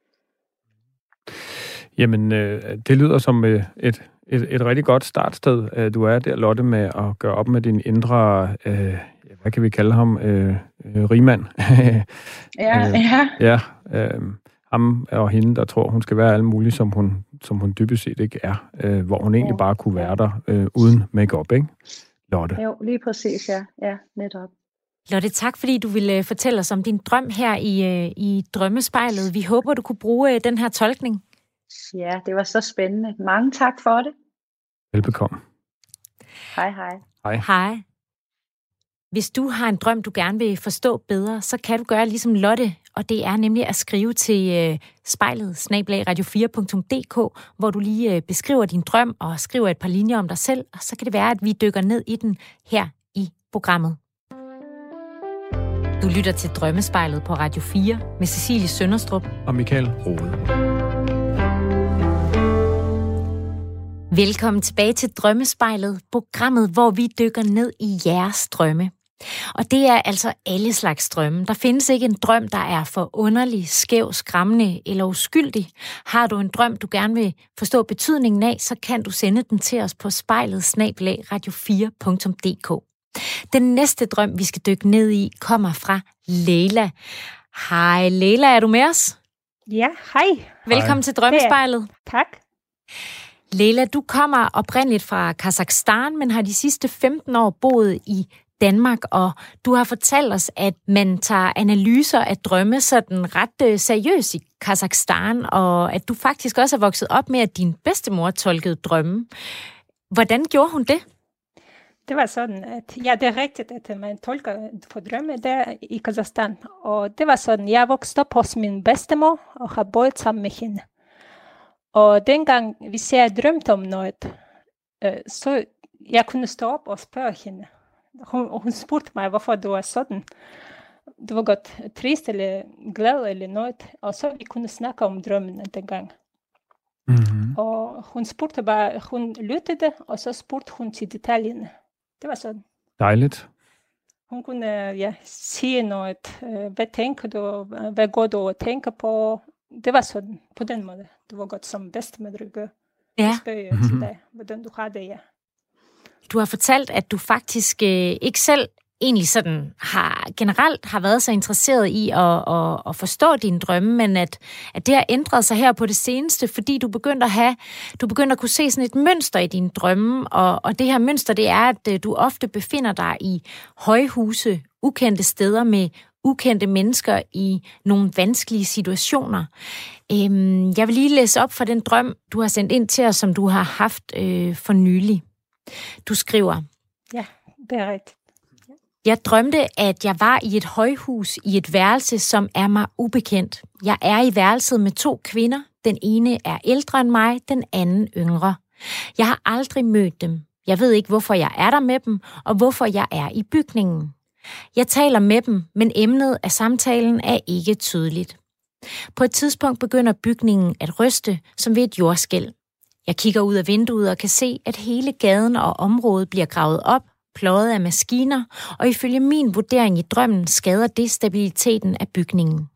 Jamen, øh, det lyder som øh, et, et, et rigtig godt startsted. Øh, du er der, Lotte, med at gøre op med din indre, øh, hvad kan vi kalde ham, øh, øh, rigmand. ja, øh, ja. Ja, øh, ham og hende, der tror, hun skal være alle mulige, som hun, som hun dybest set ikke er. Øh, hvor hun egentlig bare kunne være der, øh, uden make-up, ikke? Lotte. Jo, lige præcis, ja. Ja, netop. Lotte, tak fordi du ville fortælle os om din drøm her i, i Drømmespejlet. Vi håber, du kunne bruge den her tolkning. Ja, det var så spændende. Mange tak for det. Velbekomme. Hej, hej. Hej. Hej. Hvis du har en drøm, du gerne vil forstå bedre, så kan du gøre ligesom Lotte, og det er nemlig at skrive til uh, spejlet snabel-a radio fire punktum d k, hvor du lige uh, beskriver din drøm og skriver et par linjer om dig selv, og så kan det være, at vi dykker ned i den her i programmet. Du lytter til Drømmespejlet på Radio fire med Cecilie Sønderstrup og Michael Rode. Velkommen tilbage til Drømmespejlet, programmet, hvor vi dykker ned i jeres drømme. Og det er altså alle slags drømme. Der findes ikke en drøm, der er for underlig, skæv, skræmmende eller uskyldig. Har du en drøm, du gerne vil forstå betydningen af, så kan du sende den til os på spejlet snabel-a radio fire punktum d k. Den næste drøm, vi skal dykke ned i, kommer fra Leila. Hej Leila, er du med os? Ja, hej. Velkommen hej. Til Drømmespejlet. Tak. Leila, du kommer oprindeligt fra Kazakhstan, men har de sidste femten år boet i Danmark, og du har fortalt os, at man tager analyser af drømme sådan ret seriøst i Kazakhstan, og at du faktisk også er vokset op med, at din bedstemor tolkede drømme. Hvordan gjorde hun det? Det var sådan, at ja, det er rigtigt, at man tolker for drømme der i Kazakhstan. Og det var sådan, jeg voksede op hos min bedstemor og har boet sammen med hende. Og dengang, hvis jeg drømte om noget, så jeg kunne stå op og spørge hende. Hun, hun spurgte mig, hvorfor du var sådan. Du var godt trist eller glad eller noget. Og så vi kunne snakke om drømmene dengang. Mm-hmm. Og hun spurgte bare, hun lyttede, og så spurgte hun til detaljerne. Det var sådan. Dejligt. Hun kunne ja, sige noget. Hvad tænker du? Hvad går du og tænker på? Det var sådan, på den måde. Det var godt som bedstemor gør. Ja. Jeg spørger mm-hmm. til dig, hvordan du har det, ja. Du har fortalt, at du faktisk øh, ikke selv egentlig sådan har generelt har været så interesseret i at, at, at forstå dine drømme, men at, at det har ændret sig her på det seneste, fordi du begyndte at have, du begyndte at kunne se sådan et mønster i dine drømme, og, og det her mønster, det er, at du ofte befinder dig i højhuse, ukendte steder med ukendte mennesker i nogle vanskelige situationer. Øhm, jeg vil lige læse op fra den drøm, du har sendt ind til os, som du har haft øh, for nylig. Du skriver, ja, det er rigtigt. Jeg drømte, at jeg var i et højhus i et værelse, som er mig ubekendt. Jeg er i værelset med to kvinder. Den ene er ældre end mig, den anden yngre. Jeg har aldrig mødt dem. Jeg ved ikke, hvorfor jeg er der med dem, og hvorfor jeg er i bygningen. Jeg taler med dem, men emnet af samtalen er ikke tydeligt. På et tidspunkt begynder bygningen at ryste, som ved et jordskælv. Jeg kigger ud af vinduet og kan se, at hele gaden og området bliver gravet op, pløjet af maskiner, og ifølge min vurdering i drømmen skader det stabiliteten af bygningen.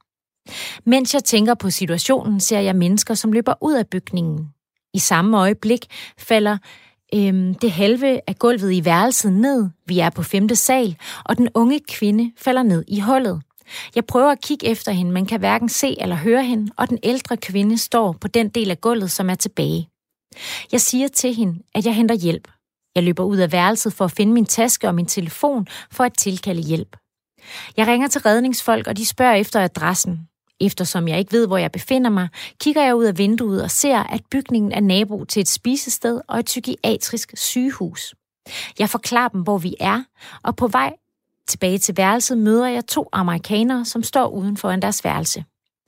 Mens jeg tænker på situationen, ser jeg mennesker, som løber ud af bygningen. I samme øjeblik falder øhm, det halve af gulvet i værelset ned. Vi er på femte sal, og den unge kvinde falder ned i hullet. Jeg prøver at kigge efter hende, men kan hverken se eller høre hende, og den ældre kvinde står på den del af gulvet, som er tilbage. Jeg siger til hende, at jeg henter hjælp. Jeg løber ud af værelset for at finde min taske og min telefon for at tilkalde hjælp. Jeg ringer til redningsfolk, og de spørger efter adressen. Eftersom jeg ikke ved, hvor jeg befinder mig, kigger jeg ud af vinduet og ser, at bygningen er nabo til et spisested og et psykiatrisk sygehus. Jeg forklarer dem, hvor vi er, og på vej tilbage til værelset møder jeg to amerikanere, som står uden for deres værelse.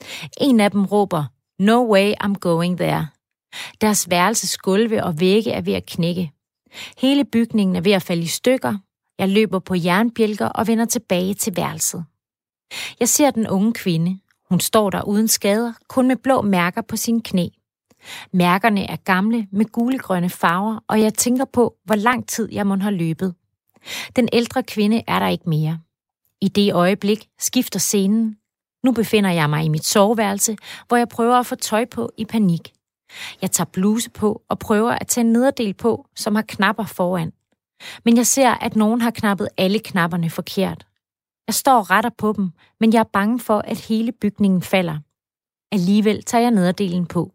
En af dem råber, "No way I'm going there." Deres værelses gulve og vægge er ved at knække. Hele bygningen er ved at falde i stykker. Jeg løber på jernbjælker og vender tilbage til værelset. Jeg ser den unge kvinde. Hun står der uden skader, kun med blå mærker på sine knæ. Mærkerne er gamle med gulgrønne farver, og jeg tænker på, hvor lang tid jeg må have løbet. Den ældre kvinde er der ikke mere. I det øjeblik skifter scenen. Nu befinder jeg mig i mit soveværelse, hvor jeg prøver at få tøj på i panik. Jeg tager bluse på og prøver at tage en nederdel på, som har knapper foran. Men jeg ser, at nogen har knappet alle knapperne forkert. Jeg står og retter på dem, men jeg er bange for, at hele bygningen falder. Alligevel tager jeg nederdelen på.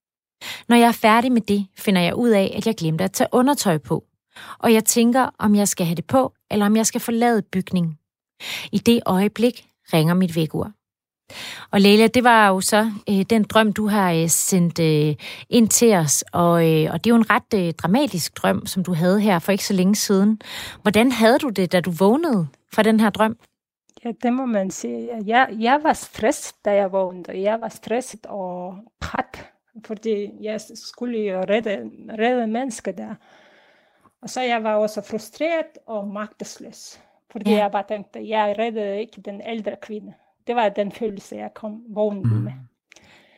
Når jeg er færdig med det, finder jeg ud af, at jeg glemte at tage undertøj på. Og jeg tænker, om jeg skal have det på, eller om jeg skal forlade bygningen. I det øjeblik ringer mit vækkeur. Og Leila, det var jo så øh, den drøm, du har øh, sendt øh, ind til os, og, øh, og det er jo en ret øh, dramatisk drøm, som du havde her for ikke så længe siden. Hvordan havde du det, da du vågnede fra den her drøm? Ja, det må man sige. Jeg, jeg var stresset, da jeg vågnede. Jeg var stresset og træt, fordi jeg skulle jo redde, redde mennesker der. Og så jeg var også frustreret og magtesløs, fordi ja. jeg bare tænkte, jeg reddede ikke den ældre kvinde. Det var den følelse, jeg kom vågnede med.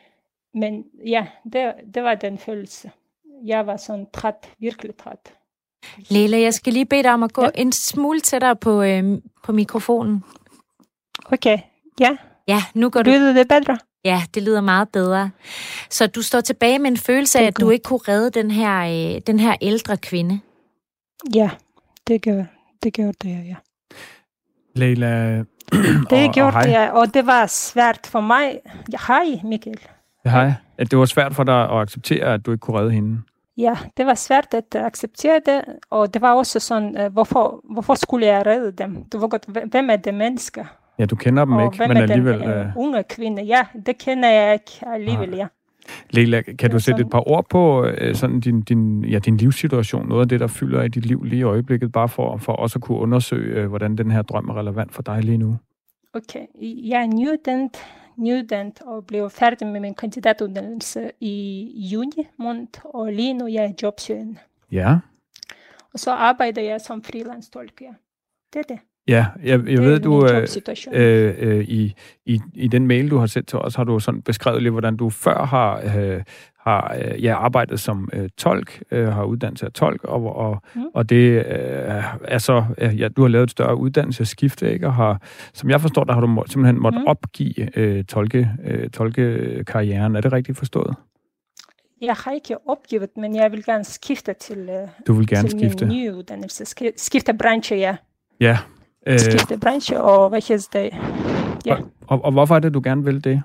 Men ja, det, det var den følelse. Jeg var sådan træt, virkelig træt. Leila, jeg skal lige bede dig om at gå Ja. en smule tættere på, øh, på mikrofonen. Okay, ja. Ja, nu går du... Lyder det bedre? Ja, det lyder meget bedre. Så du står tilbage med en følelse af, Det er at du godt. ikke kunne redde den her, øh, den her ældre kvinde. Ja, det gør det, gør det ja. Leila, Det og, gjorde og hej. jeg, og det var svært for mig. Ja, hej, Mikkel. Hej. At det var svært for dig at acceptere, at du ikke kunne redde hende. Ja, det var svært at acceptere det, og det var også sådan, uh, hvorfor, hvorfor skulle jeg redde dem? Du ved godt, hvem er det mennesker? Ja, du kender dem Og ikke, hvem men er alligevel... den Øh... uh, unge kvinde? Ja, det kender jeg ikke alligevel, ja. Leila, kan du er sætte sådan. et par ord på øh, sådan din, din, ja, din livssituation, noget af det, der fylder i dit liv lige i øjeblikket, bare for, for også at kunne undersøge, øh, hvordan den her drøm er relevant for dig lige nu? Okay, jeg er nyuddannet, nyuddannet og blev færdig med min kandidatuddannelse i juni måned, og lige nu jeg er jobsøgende. Ja. Og så arbejder jeg som freelance-tolk, ja. Det er det. Ja, jeg, jeg det ved, er du min øh, jobsituation. øh, øh, i, i, i den mail, du har sendt til os, har du sådan beskrevet lidt, hvordan du før har, øh, har øh, ja, arbejdet som øh, tolk, øh, har uddannet sig af tolk, og, og, mm. og det øh, er så, øh, ja, du har lavet et større uddannelsesskifte, ikke? Og har, som jeg forstår, der har du må, simpelthen måttet mm. opgive øh, tolke, øh, tolkekarrieren. Er det rigtigt forstået? Jeg har ikke opgivet, men jeg vil gerne skifte til, øh, du vil gerne til skifte. min nye uddannelse. Sk- skifte branche, ja. Ja. Øh, skifte branche, og hvad hedder det? Ja. Og, og, og hvorfor er det, du gerne vil det?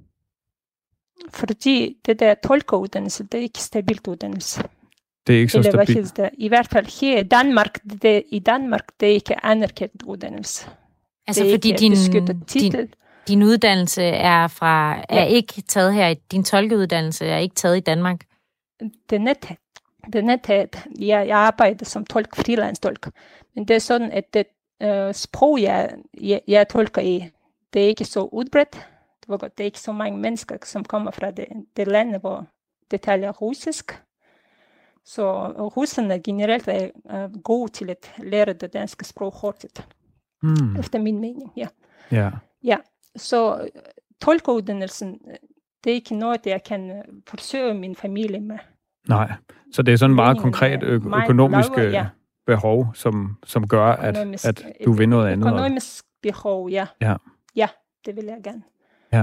Fordi det der tolkeuddannelse, det er ikke stabilt uddannelse. Det er ikke så Eller, stabilt. hvad hedder det? I hvert fald her i Danmark, det, i Danmark, det er ikke anerkendt uddannelse. Altså det er fordi ikke din, beskyttet titel. din, din uddannelse er fra er Ja. ikke taget her, din tolkeuddannelse er ikke taget i Danmark. Det er net, det er net, at jeg, jeg arbejder som tolk, freelance-tolk. Men det er sådan, at det uh, sprog, jeg, jeg, jeg tolker i, det er ikke så udbredt. Det, var godt, det er ikke så mange mennesker, som kommer fra det, det lande, hvor det taler russisk. Så russerne generelt er uh, gode til at lære det danske sprog hurtigt. Hmm. Efter min mening, ja. Ja. Ja, så tolkeuddannelsen, det er ikke noget, jeg kan forsøge min familie med. Nej, så det er sådan meget Meningen konkret ø- med økonomiske laver, ja. behov, som, som gør, at, Økonomisk- at du vil noget andet. Økonomisk behov, ja. Ja. Ja, det vil jeg gerne. Ja.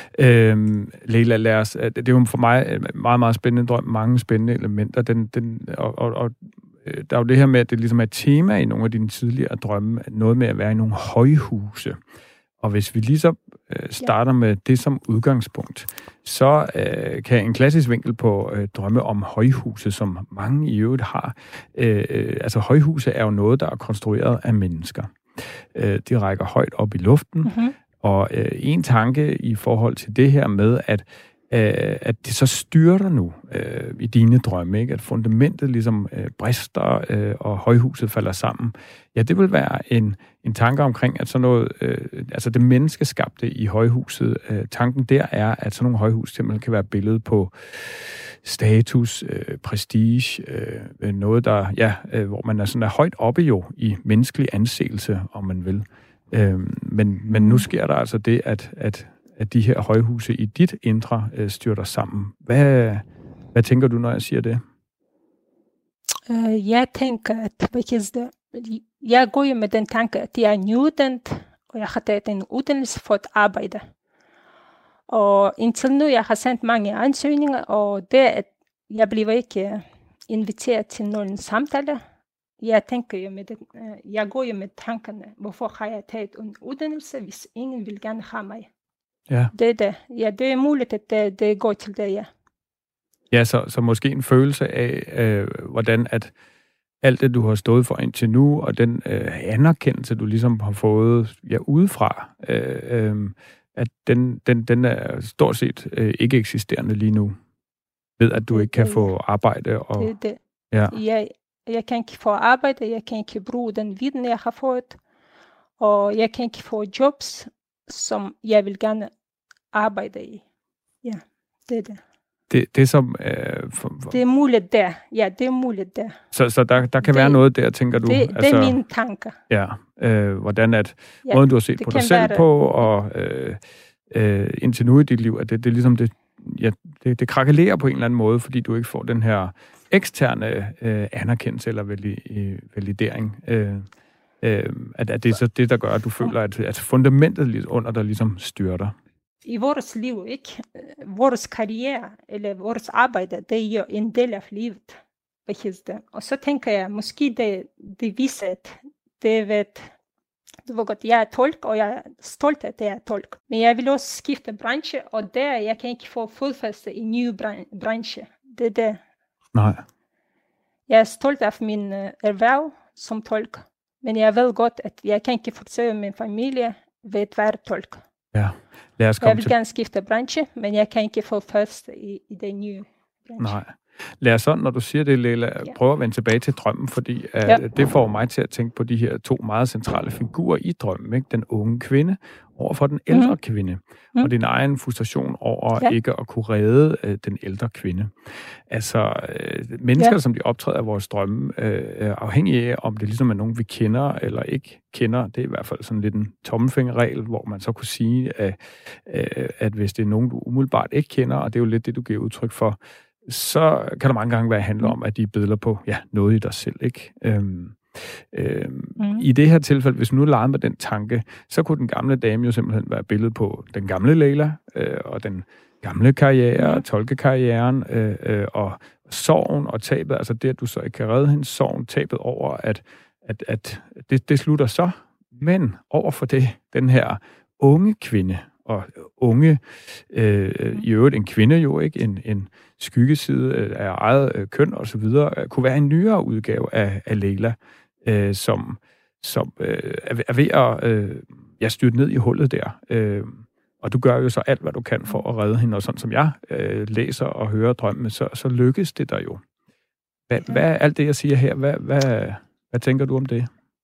Øhm, Leila, lad os, det er jo for mig en meget, meget spændende drøm, mange spændende elementer. Den, den, og, og, og der er jo det her med, at det ligesom er et tema i nogle af dine tidligere drømme, noget med at være i nogle højhuse. Og hvis vi lige så øh, starter ja. med det som udgangspunkt, så øh, kan en klassisk vinkel på øh, drømme om højhuse, som mange i øvrigt har. Øh, øh, altså højhuse er jo noget, der er konstrueret af mennesker. Øh, de rækker højt op i luften, Mm-hmm. og øh, en tanke i forhold til det her med, at øh, at det så styrter nu øh, i dine drømme, ikke? At fundamentet ligesom øh, brister, øh, og højhuset falder sammen. Ja, det vil være en, en tanke omkring, at sådan noget, øh, altså det menneskeskabte i højhuset, øh, tanken der er, at sådan nogle højhus simpelthen kan være billede på status, øh, prestige, øh, noget der, ja, øh, hvor man er sådan er højt oppe jo i menneskelig anseelse, om man vil. Øh, men, men nu sker der altså det, at, at at de her højhuse i dit indre øh, styrter sammen. Hvad, hvad tænker du, når jeg siger det? Uh, jeg tænker, at det, jeg går jo med den tanke, at jeg er nyuddannet, og jeg har taget en uddannelse for at arbejde. Og indtil nu, jeg har sendt mange ansøgninger, og det, at jeg bliver ikke inviteret til nogen samtaler. Jeg tænker jo med det, uh, jeg går jo med tankerne, hvorfor har jeg taget en uddannelse, hvis ingen vil gerne have mig. Ja. Det er det. Ja, det er muligt, at det, det går til det, ja. Ja, så, så måske en følelse af, øh, hvordan at alt det, du har stået for indtil nu, og den øh, anerkendelse, du ligesom har fået ja, udefra, øh, øh, at den, den, den er stort set øh, ikke eksisterende lige nu, ved at du det, ikke kan det, få arbejde. Og, det, det. Ja. Jeg, jeg kan ikke få arbejde, jeg kan ikke bruge den viden, jeg har fået, og jeg kan ikke få jobs, som jeg vil gerne arbejde i. Ja, det er det. Det, det som... Øh, for, for, det er muligt der. Ja, det er muligt der. Så, så der, der kan det, være noget der, tænker du? Det, altså, det er mine tanker. Ja, øh, hvordan at ja, måden, du har set på dig selv være. på, og øh, øh, indtil nu i dit liv, at det, det er ligesom det, ja, det, det krakelerer på en eller anden måde, fordi du ikke får den her eksterne øh, anerkendelse eller vali, øh, validering. Øh, øh, at, at det er så det, der gør, at du føler, at, at fundamentet under dig ligesom styrter. I vores liv, ikke? Vores karriere eller vores arbejde, det er jo en del af livet. Og så tænker jeg, måske det, det viser, at det ved, du ved godt, jeg er tolk, og jeg er stolt af, at jeg er tolk. Men jeg vil også skifte branche, og der jeg kan ikke få fodfæste i en ny branche. Det er det. Nej. Jeg er stolt af min erhverv som tolk, men jeg ved godt, at jeg kan ikke forsørge min familie ved at være tolk. Ja. Lad os komme jeg vil til... gerne skifte branche, men jeg kan ikke få fast i, i den nye branche. Nej. Lad os sådan, når du siger det, Leila, ja. prøve at vende tilbage til drømmen, fordi uh, ja. det får mig til at tænke på de her to meget centrale figurer i drømmen. Ikke? Den unge kvinde over for den ældre mm. kvinde, mm. og din egen frustration over ja. ikke at kunne redde uh, den ældre kvinde. Altså, uh, mennesker, ja. som de optræder af vores drømme, uh, er afhængige af, om det ligesom er nogen, vi kender eller ikke kender. Det er i hvert fald sådan lidt en tommelfingerregel, hvor man så kunne sige, at, uh, at hvis det er nogen, du umiddelbart ikke kender, og det er jo lidt det, du giver udtryk for, så kan der mange gange være handle om, at de billeder på ja, noget i dig selv, ikke? Øhm, øhm, mm. I det her tilfælde, hvis nu legede med den tanke, så kunne den gamle dame jo simpelthen være billedet på den gamle Leila, øh, og den gamle karriere, mm. tolkekarrieren, øh, øh, og sorgen og tabet, altså det, at du så ikke kan redde hendes sorgen, tabet over, at, at, at det, det slutter så. Men over for det, den her unge kvinde, og unge, øh, i øvrigt en kvinde jo, ikke? En, en skyggeside af eget øh, køn og så videre, kunne være en nyere udgave af, af Leila, øh, som, som øh, er ved at øh, ja, styrte ned i hullet der. Øh, og du gør jo så alt, hvad du kan for at redde hende, og sådan som jeg øh, læser og hører drømme, så, så lykkes det der jo. Hvad, hvad er alt det, jeg siger her? Hvad, hvad, hvad tænker du om det?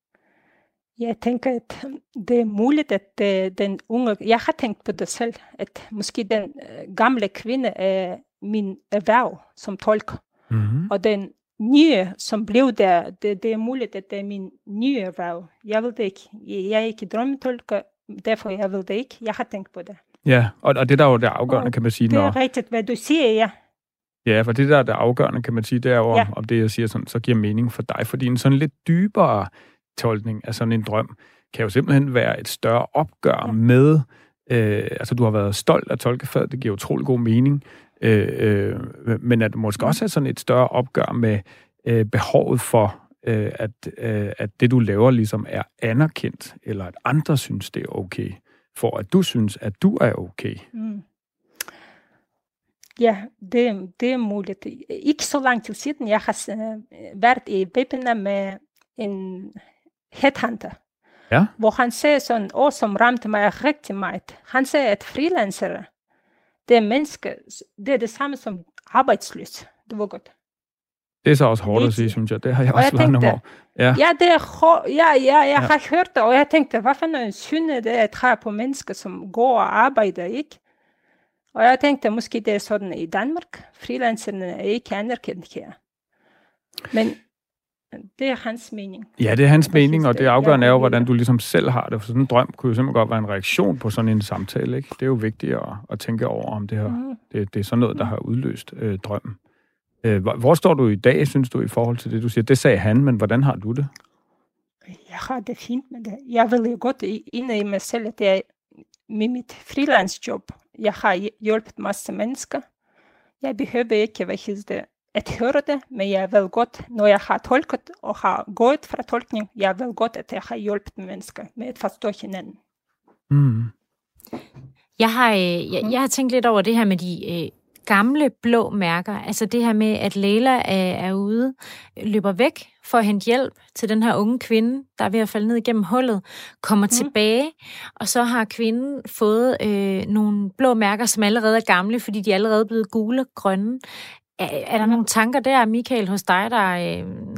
Jeg tænker, at det er muligt, at den unge... Jeg har tænkt på det selv, at måske den gamle kvinde er min erhverv som tolk. Mm-hmm. Og den nye, som blev der, det, det er muligt, at det er min nye erhverv. Jeg ved det ikke. Jeg er ikke drømmetolk, derfor jeg ved det ikke. Jeg har tænkt på det. Ja, og, og det der er jo det afgørende, og kan man sige. Det er når... rigtigt, hvad du siger, ja. Ja, for det der er det afgørende, kan man sige, det er jo, ja. om det, jeg siger, sådan, så giver mening for dig. Fordi en sådan lidt dybere tolkning af sådan en drøm, kan jo simpelthen være et større opgør ja. med, øh, altså du har været stolt af tolkefaget, det giver utrolig god mening, øh, øh, men at du måske også har sådan et større opgør med øh, behovet for, øh, at, øh, at det du laver ligesom er anerkendt, eller at andre synes, det er okay, for at du synes, at du er okay. Mm. Ja, det, det er muligt. Ikke så lang tid siden, jeg har øh, været i webinar med en headhunter, ja. hvor han sagde sådan ord, som ramte mig rigtig meget. Han sagde, at freelancere, det er mennesker, det er det samme som arbejdsløs. Det var godt. Det er så også hårdt at sige, synes jeg. Det har jeg og også været nogle år. Ja, ja, det er hårdt. Ja, ja, jeg ja. har hørt det, og jeg tænkte, hvad for noget synd er det, at have på mennesker, som går og arbejder, ikke? Og jeg tænkte, måske det er sådan i Danmark. Freelancerne er ikke anerkendt her. Men det er hans mening. Ja, det er hans mening, og det afgørende er jo, hvordan du ligesom selv har det. For sådan en drøm kunne jo simpelthen godt være en reaktion på sådan en samtale, ikke? Det er jo vigtigt at, at tænke over, om det, her, mm. det, det er sådan noget, der har udløst øh, drømmen. Øh, hvor, hvor står du i dag, synes du, i forhold til det, du siger? Det sagde han, men hvordan har du det? Jeg har det fint med det. Jeg vil jo godt inde i mig selv, at jeg med mit freelance-job, jeg har hjulpet masse mennesker. Jeg behøver ikke, hvad hedder det, at høre det, men jeg vil godt, når jeg har tolket og har gået fra tolkning, jeg vil godt, at jeg har hjulpet mennesker med at forstå hinanden. Mm. Jeg har, jeg, jeg har tænkt lidt over det her med de øh, gamle blå mærker. Altså det her med, at Leila er, er ude, løber væk for at hente hjælp til den her unge kvinde, der er ved at falde ned igennem hullet, kommer mm. tilbage, og så har kvinden fået øh, nogle blå mærker, som allerede er gamle, fordi de er allerede blevet gule og grønne. Er, er der nogle tanker der, Michael, hos dig, der, øh,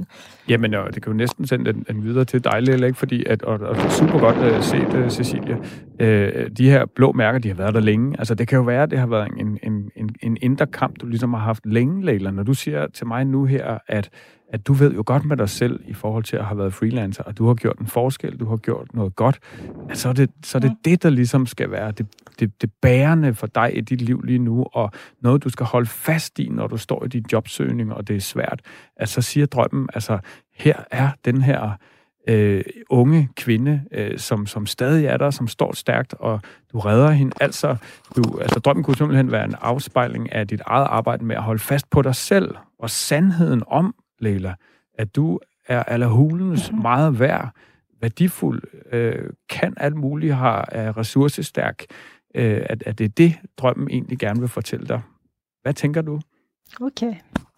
Jamen, og det kan jo næsten sende en, en videre til dig, Leila, ikke? Fordi, at, og, og det er super godt uh, set, uh, Cecilie. Uh, de her blå mærker, de har været der længe. Altså, det kan jo være, at det har været en, en, en, en indre kamp, du ligesom har haft længe, Leila. Når du siger til mig nu her, at, at du ved jo godt med dig selv i forhold til at have været freelancer, og du har gjort en forskel, du har gjort noget godt, at så er det så er det, mm. det, der ligesom skal være det, det, det bærende for dig i dit liv lige nu, og noget, du skal holde fast i, når du står i din jobsøgning, og det er svært. At så siger drømmen, altså, her er den her øh, unge kvinde, øh, som, som stadig er der, som står stærkt, og du redder hende. Altså, du, altså, drømmen kunne simpelthen være en afspejling af dit eget arbejde med at holde fast på dig selv, og sandheden om, Leila, at du er allerhulens mm-hmm. meget værd, værdifuld, øh, kan alt muligt, har, er ressourcestærk, øh, at, at det er det, drømmen egentlig gerne vil fortælle dig. Hvad tænker du? Okay.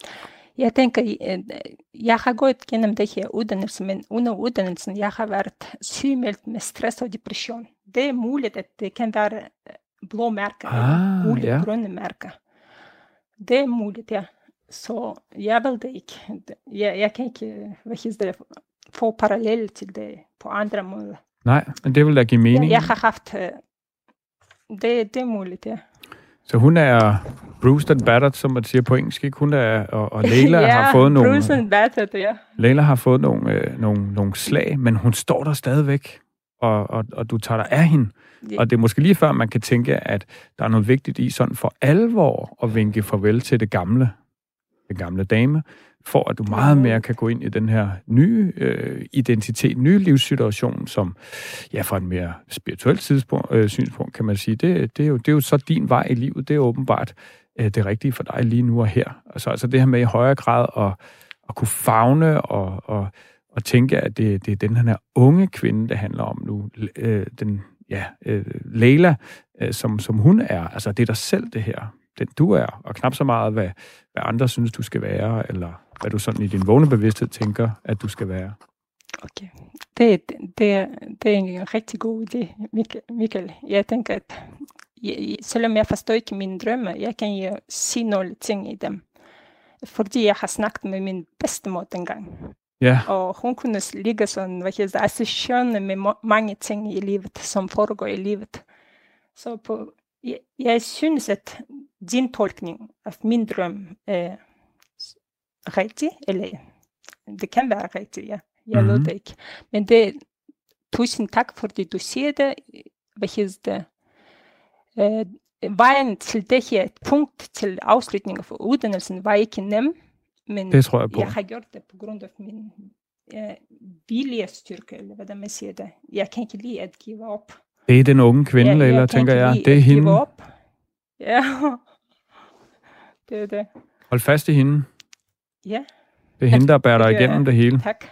Jeg tænker, jeg har gået gennem det her uddannelse, men under uddannelsen, jeg har været sygemeldt med stress og depression. Det er muligt, at det kan være blå mærker, ah, gule, ja. grønne mærker. Det er muligt, ja. Så jeg vil det ikke. Jeg, jeg kan ikke, hvad hedder det, få parallel til det på andre måder. Nej, men det vil da give mening. Jeg, jeg har haft, det, det er muligt, ja. Så hun er bruised and battered, som man siger på engelsk, ikke? Hun er, og, og Leila ja, har fået nogle... bruised and battered, ja. Leila har fået nogle, øh, nogle, nogle slag, men hun står der stadigvæk, og, og, og du tager dig af hende. Ja. Og det er måske lige før, man kan tænke, at der er noget vigtigt i sådan for alvor at vinke farvel til det gamle, den gamle dame, for at du meget mere kan gå ind i den her nye øh, identitet, nye livssituation, som ja, fra et mere spirituelt tidspunkt, øh, synspunkt, kan man sige, det, det, er jo, det er jo så din vej i livet, det er åbenbart øh, det rigtige for dig lige nu og her. Altså, altså det her med i højere grad at, at kunne favne og, og, og tænke, at det, det er den her unge kvinde, det handler om nu, øh, den ja, øh, Leila, øh, som, som hun er. Altså det er dig selv, det her. Den du er, og knap så meget, hvad, hvad andre synes, du skal være, eller hvad du sådan i din vågne bevidsthed tænker, at du skal være. Okay. Det, det, er, det er en rigtig god idé, Michael. Jeg tænker, at jeg, selvom jeg forstår ikke mine drømme, jeg kan jo sige nogle ting i dem. Fordi jeg har snakket med min bedstemor dengang. Ja. Og hun kunne ligge sådan, hvad hedder det, associere med mange ting i livet, som foregår i livet. Så på, jeg, jeg synes, at din tolkning af min drøm er rigtig, eller det kan være rigtigt, ja. Jeg mm-hmm. ved det ikke. Men det, tusind tak, fordi du siger det. Hvad hedder det? Øh, vejen til det her punkt, til afslutningen for uddannelsen, var ikke nem. Men det tror jeg på. Jeg har gjort det på grund af min øh, viljestyrke, eller hvad man siger det. Jeg kan ikke lide at give op. Det er den unge kvinde, Leila, tænker jeg. Det er hende. Op. Ja, det er det. Hold fast i hende. Ja. Det er hende, der bærer dig igennem det hele. Tak.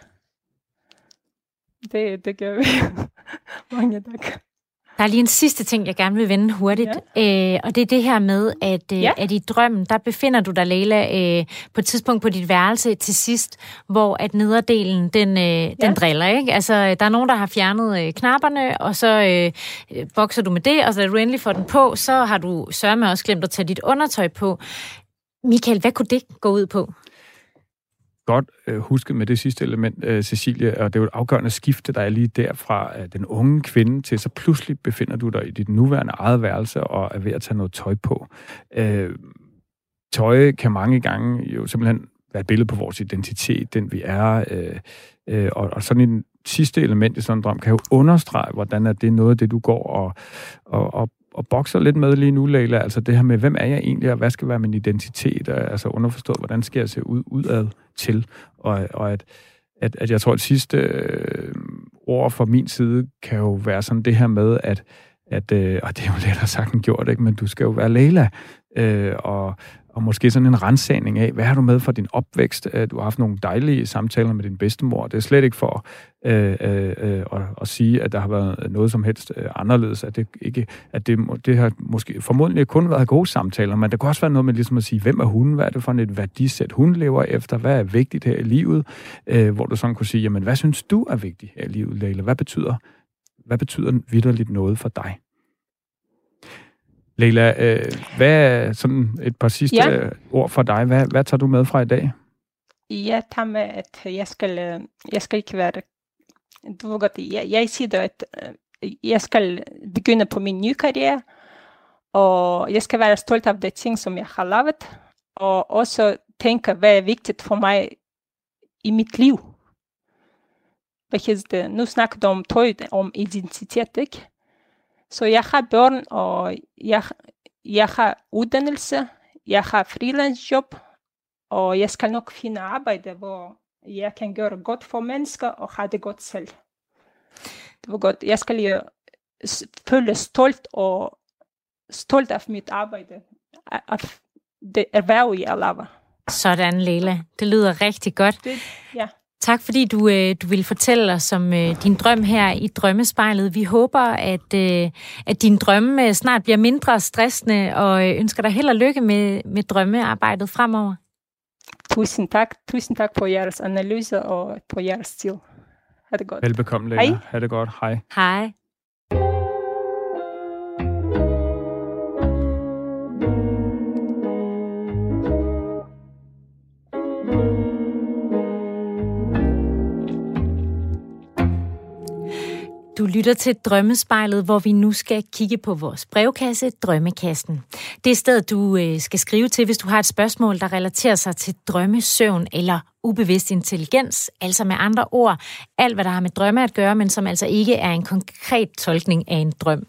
Det, det gør vi. Mange tak. Der er lige en sidste ting, jeg gerne vil vende hurtigt, ja. øh, og det er det her med, at, øh, ja. at i drømmen, der befinder du dig, Leila, øh, på et tidspunkt på dit værelse til sidst, hvor at nederdelen, den, øh, ja. den driller, ikke? Altså, der er nogen, der har fjernet øh, knapperne, og så øh, bokser du med det, og så du endelig får den på, så har du sørme også glemt at tage dit undertøj på. Michael, hvad kunne det gå ud på? Godt øh, husket med det sidste element, øh, Cecilie, og det er jo et afgørende skifte, der er lige der fra øh, den unge kvinde til, så pludselig befinder du dig i dit nuværende eget værelse og er ved at tage noget tøj på. Øh, tøj kan mange gange jo simpelthen være et billede på vores identitet, den vi er, øh, øh, og, og sådan en sidste element i sådan en drøm kan jo understrege, hvordan er det noget af det, du går og, og, og og bokser lidt med lige nu, Leila, altså det her med, hvem er jeg egentlig, og hvad skal være min identitet, altså underforstået, hvordan skal jeg se ud udad til, og, og at, at, at jeg tror, at sidste øh, ord fra min side kan jo være sådan det her med, at, at øh, og det er jo lettere sagt end gjort, ikke? Men du skal jo være Leila, øh, og og måske sådan en ransagning af, hvad har du med for din opvækst? Du har haft nogle dejlige samtaler med din bedstemor. Det er slet ikke for øh, øh, øh, at, at sige, at der har været noget som helst øh, anderledes. At det, ikke, at det, det har måske formodentlig kun været gode samtaler, men det kan også være noget med ligesom at sige, hvem er hun? Hvad er det for et værdisæt, hun lever efter? Hvad er vigtigt her i livet? Øh, hvor du sådan kunne sige, jamen, hvad synes du er vigtigt her i livet, Leila? Hvad betyder, hvad betyder vitterligt noget for dig? Leila, øh, hvad er sådan et par sidste ja. ord for dig? Hvad, hvad tager du med fra i dag? jeg tager med, at jeg skal, jeg skal ikke være... Du ved godt, jeg, jeg siger, at jeg skal begynde på min nye karriere, og jeg skal være stolt af de ting, som jeg har lavet, og også tænke, hvad er vigtigt for mig i mit liv. Det, nu snakker du om tøj, om identitet, ikke? Så jeg har børn, og jeg, jeg har uddannelse, jeg har freelance-job, og jeg skal nok finde arbejde, hvor jeg kan gøre godt for mennesker og have det godt selv. Det var godt. Jeg skal jo føle stolt og stolt af mit arbejde, af det erhverv, jeg laver. Sådan, Leila. Det lyder rigtig godt. Det, ja. Tak fordi du, du ville fortælle os om din drøm her i Drømmespejlet. Vi håber, at, at din drømme snart bliver mindre stressende, og ønsker dig held og lykke med, med drømmearbejdet fremover. Tusind tak. Tusind tak for jeres analyse og på jeres stil. Ha' det godt. Velbekomme, Leila. Hej. Ha' det godt. Hej. Hej. Du lytter til Drømmespejlet, hvor vi nu skal kigge på vores brevkasse, Drømmekassen. Det er stedet, du øh, skal skrive til, hvis du har et spørgsmål, der relaterer sig til drømmesøvn eller ubevidst intelligens, altså med andre ord, alt hvad der har med drømme at gøre, men som altså ikke er en konkret tolkning af en drøm.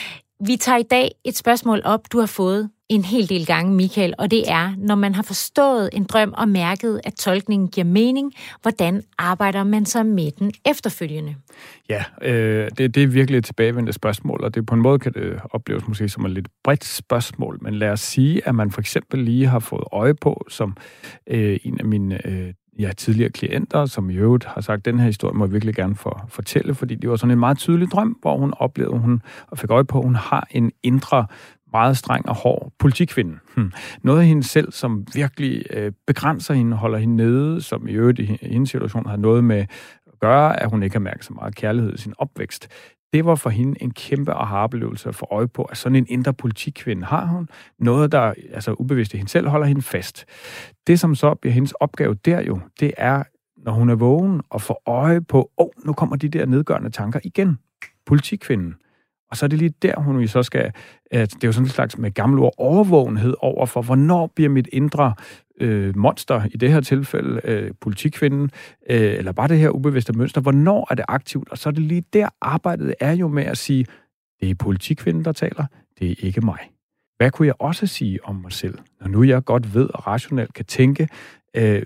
Vi tager i dag et spørgsmål op, du har fået en hel del gange, Michael, og det er, når man har forstået en drøm og mærket, at tolkningen giver mening, hvordan arbejder man så med den efterfølgende? Ja, øh, det, det er virkelig et tilbagevendende spørgsmål, og det på en måde kan det opleves måske som et lidt bredt spørgsmål, men lad os sige, at man for eksempel lige har fået øje på, som øh, en af mine øh, ja, tidligere klienter, som i øvrigt har sagt, at den her historie må jeg virkelig gerne for, fortælle, fordi det var sådan en meget tydelig drøm, hvor hun oplevede, hun og fik øje på, at hun har en indre meget streng og hård politikvinde. Hmm. Noget af hende selv, som virkelig øh, begrænser hende, holder hende nede, som i øvrigt i hendes situation har noget med at gøre, at hun ikke har mærket så meget kærlighed i sin opvækst. Det var for hende en kæmpe aha-oplevelse at få øje på, at sådan en indre politikvinde har hun. Noget, der altså ubevidst i hende selv holder hende fast. Det, som så bliver hendes opgave der jo, det er, når hun er vågen og får øje på, åh, oh, nu kommer de der nedgørende tanker igen. Politikvinden. Og så er det lige der, hun jo så skal, at det er jo sådan en slags med gamle ord, overvågenhed over for, hvornår bliver mit indre øh, monster, i det her tilfælde øh, politikvinden, øh, eller bare det her ubevidste mønster, hvornår er det aktivt? Og så er det lige der, arbejdet er jo med at sige, det er politikvinden, der taler, det er ikke mig. Hvad kunne jeg også sige om mig selv, når nu jeg godt ved og rationelt kan tænke, øh,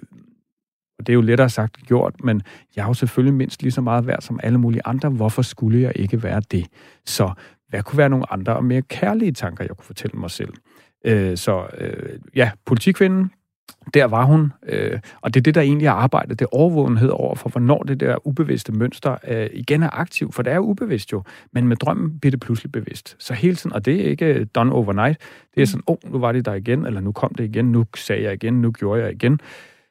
og det er jo lettere sagt gjort, men jeg er jo selvfølgelig mindst lige så meget værd som alle mulige andre. Hvorfor skulle jeg ikke være det? Så hvad kunne være nogle andre og mere kærlige tanker, jeg kunne fortælle mig selv? Øh, så øh, ja, politikvinden, der var hun. Øh, og det er det, der egentlig er arbejdet. Det er overvågenhed over for, hvornår det der ubevidste mønster øh, igen er aktiv. For det er jo ubevidst jo. Men med drømmen bliver det pludselig bevidst. Så hele tiden, og det er ikke done overnight. Det er sådan, åh, oh, nu var det der igen, eller nu kom det igen, nu sagde jeg igen, nu gjorde jeg igen.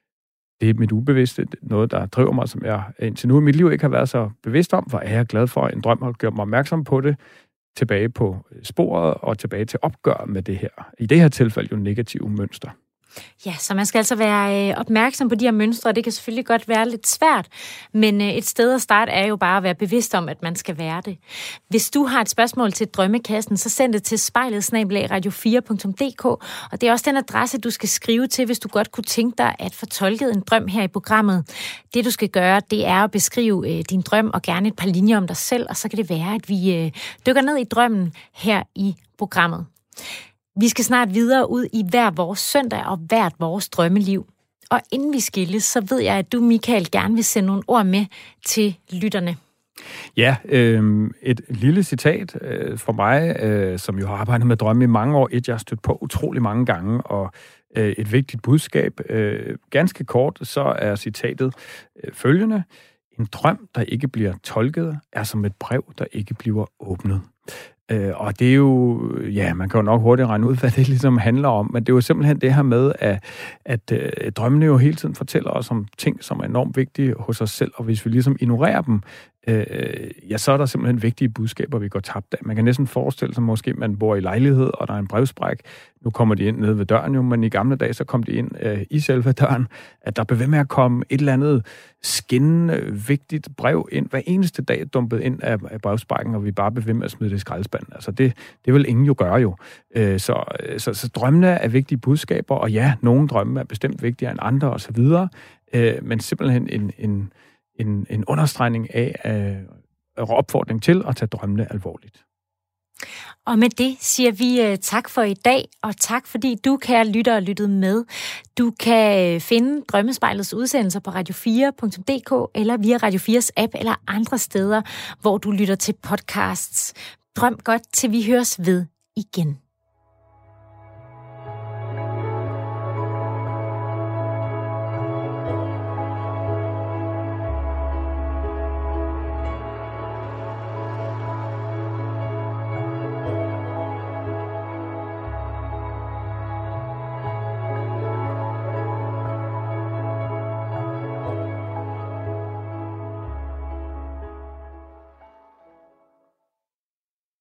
Det er mit ubevidste, noget, der driver mig, som jeg indtil nu i mit liv ikke har været så bevidst om, hvor er jeg glad for, at en drøm har gjort mig opmærksom på det, tilbage på sporet og tilbage til opgør med det her. I det her tilfælde jo negative mønster. Ja, så man skal altså være opmærksom på de her mønstre. Det kan selvfølgelig godt være lidt svært, men et sted at starte er jo bare at være bevidst om, at man skal være det. Hvis du har et spørgsmål til Drømmekassen, så send det til spejlet snabel-a radio fire punktum d k, og det er også den adresse, du skal skrive til, hvis du godt kunne tænke dig at få tolket en drøm her i programmet. Det, du skal gøre, det er at beskrive øh, din drøm og gerne et par linjer om dig selv, og så kan det være, at vi øh, dykker ned i drømmen her i programmet. Vi skal snart videre ud i hver vores søndag og hvert vores drømmeliv. Og inden vi skilles, så ved jeg, at du, Michael, gerne vil sende nogle ord med til lytterne. Ja, øh, et lille citat øh, fra mig, øh, som jo har arbejdet med drømme i mange år. Et, jeg har stødt på utrolig mange gange, og øh, et vigtigt budskab. Øh, ganske kort, så er citatet øh, følgende. En drøm, der ikke bliver tolket, er som et brev, der ikke bliver åbnet. Øh, og det er jo, ja, man kan jo nok hurtigt regne ud, hvad det ligesom handler om, men det er jo simpelthen det her med, at, at øh, drømmene jo hele tiden fortæller os om ting, som er enormt vigtige hos os selv, og hvis vi ligesom ignorerer dem, øh, ja, så er der simpelthen vigtige budskaber, vi går tabt af. Man kan næsten forestille sig, måske man bor i lejlighed, og der er en brevspræk. Nu kommer de ind nede ved døren jo, men i gamle dage, så kom de ind øh, i selve døren, at der blev ved med at komme et eller andet skinnende, vigtigt brev ind. Hver eneste dag dumpet ind af, af brevsprækken, og vi bare blev ved med at smide det i skraldespanden. Altså det, det vil ingen jo gøre jo. Øh, så, så, så drømmene er vigtige budskaber, og ja, nogle drømme er bestemt vigtigere end andre osv., øh, men simpelthen en, en En, en understregning af uh, opfordring til at tage drømmene alvorligt. Og med det siger vi uh, tak for i dag, og tak fordi du, kære lytter, og lyttede med. Du kan finde Drømmespejlets udsendelser på radio fire punktum d k eller via Radio fires app eller andre steder, hvor du lytter til podcasts. Drøm godt, til vi høres ved igen.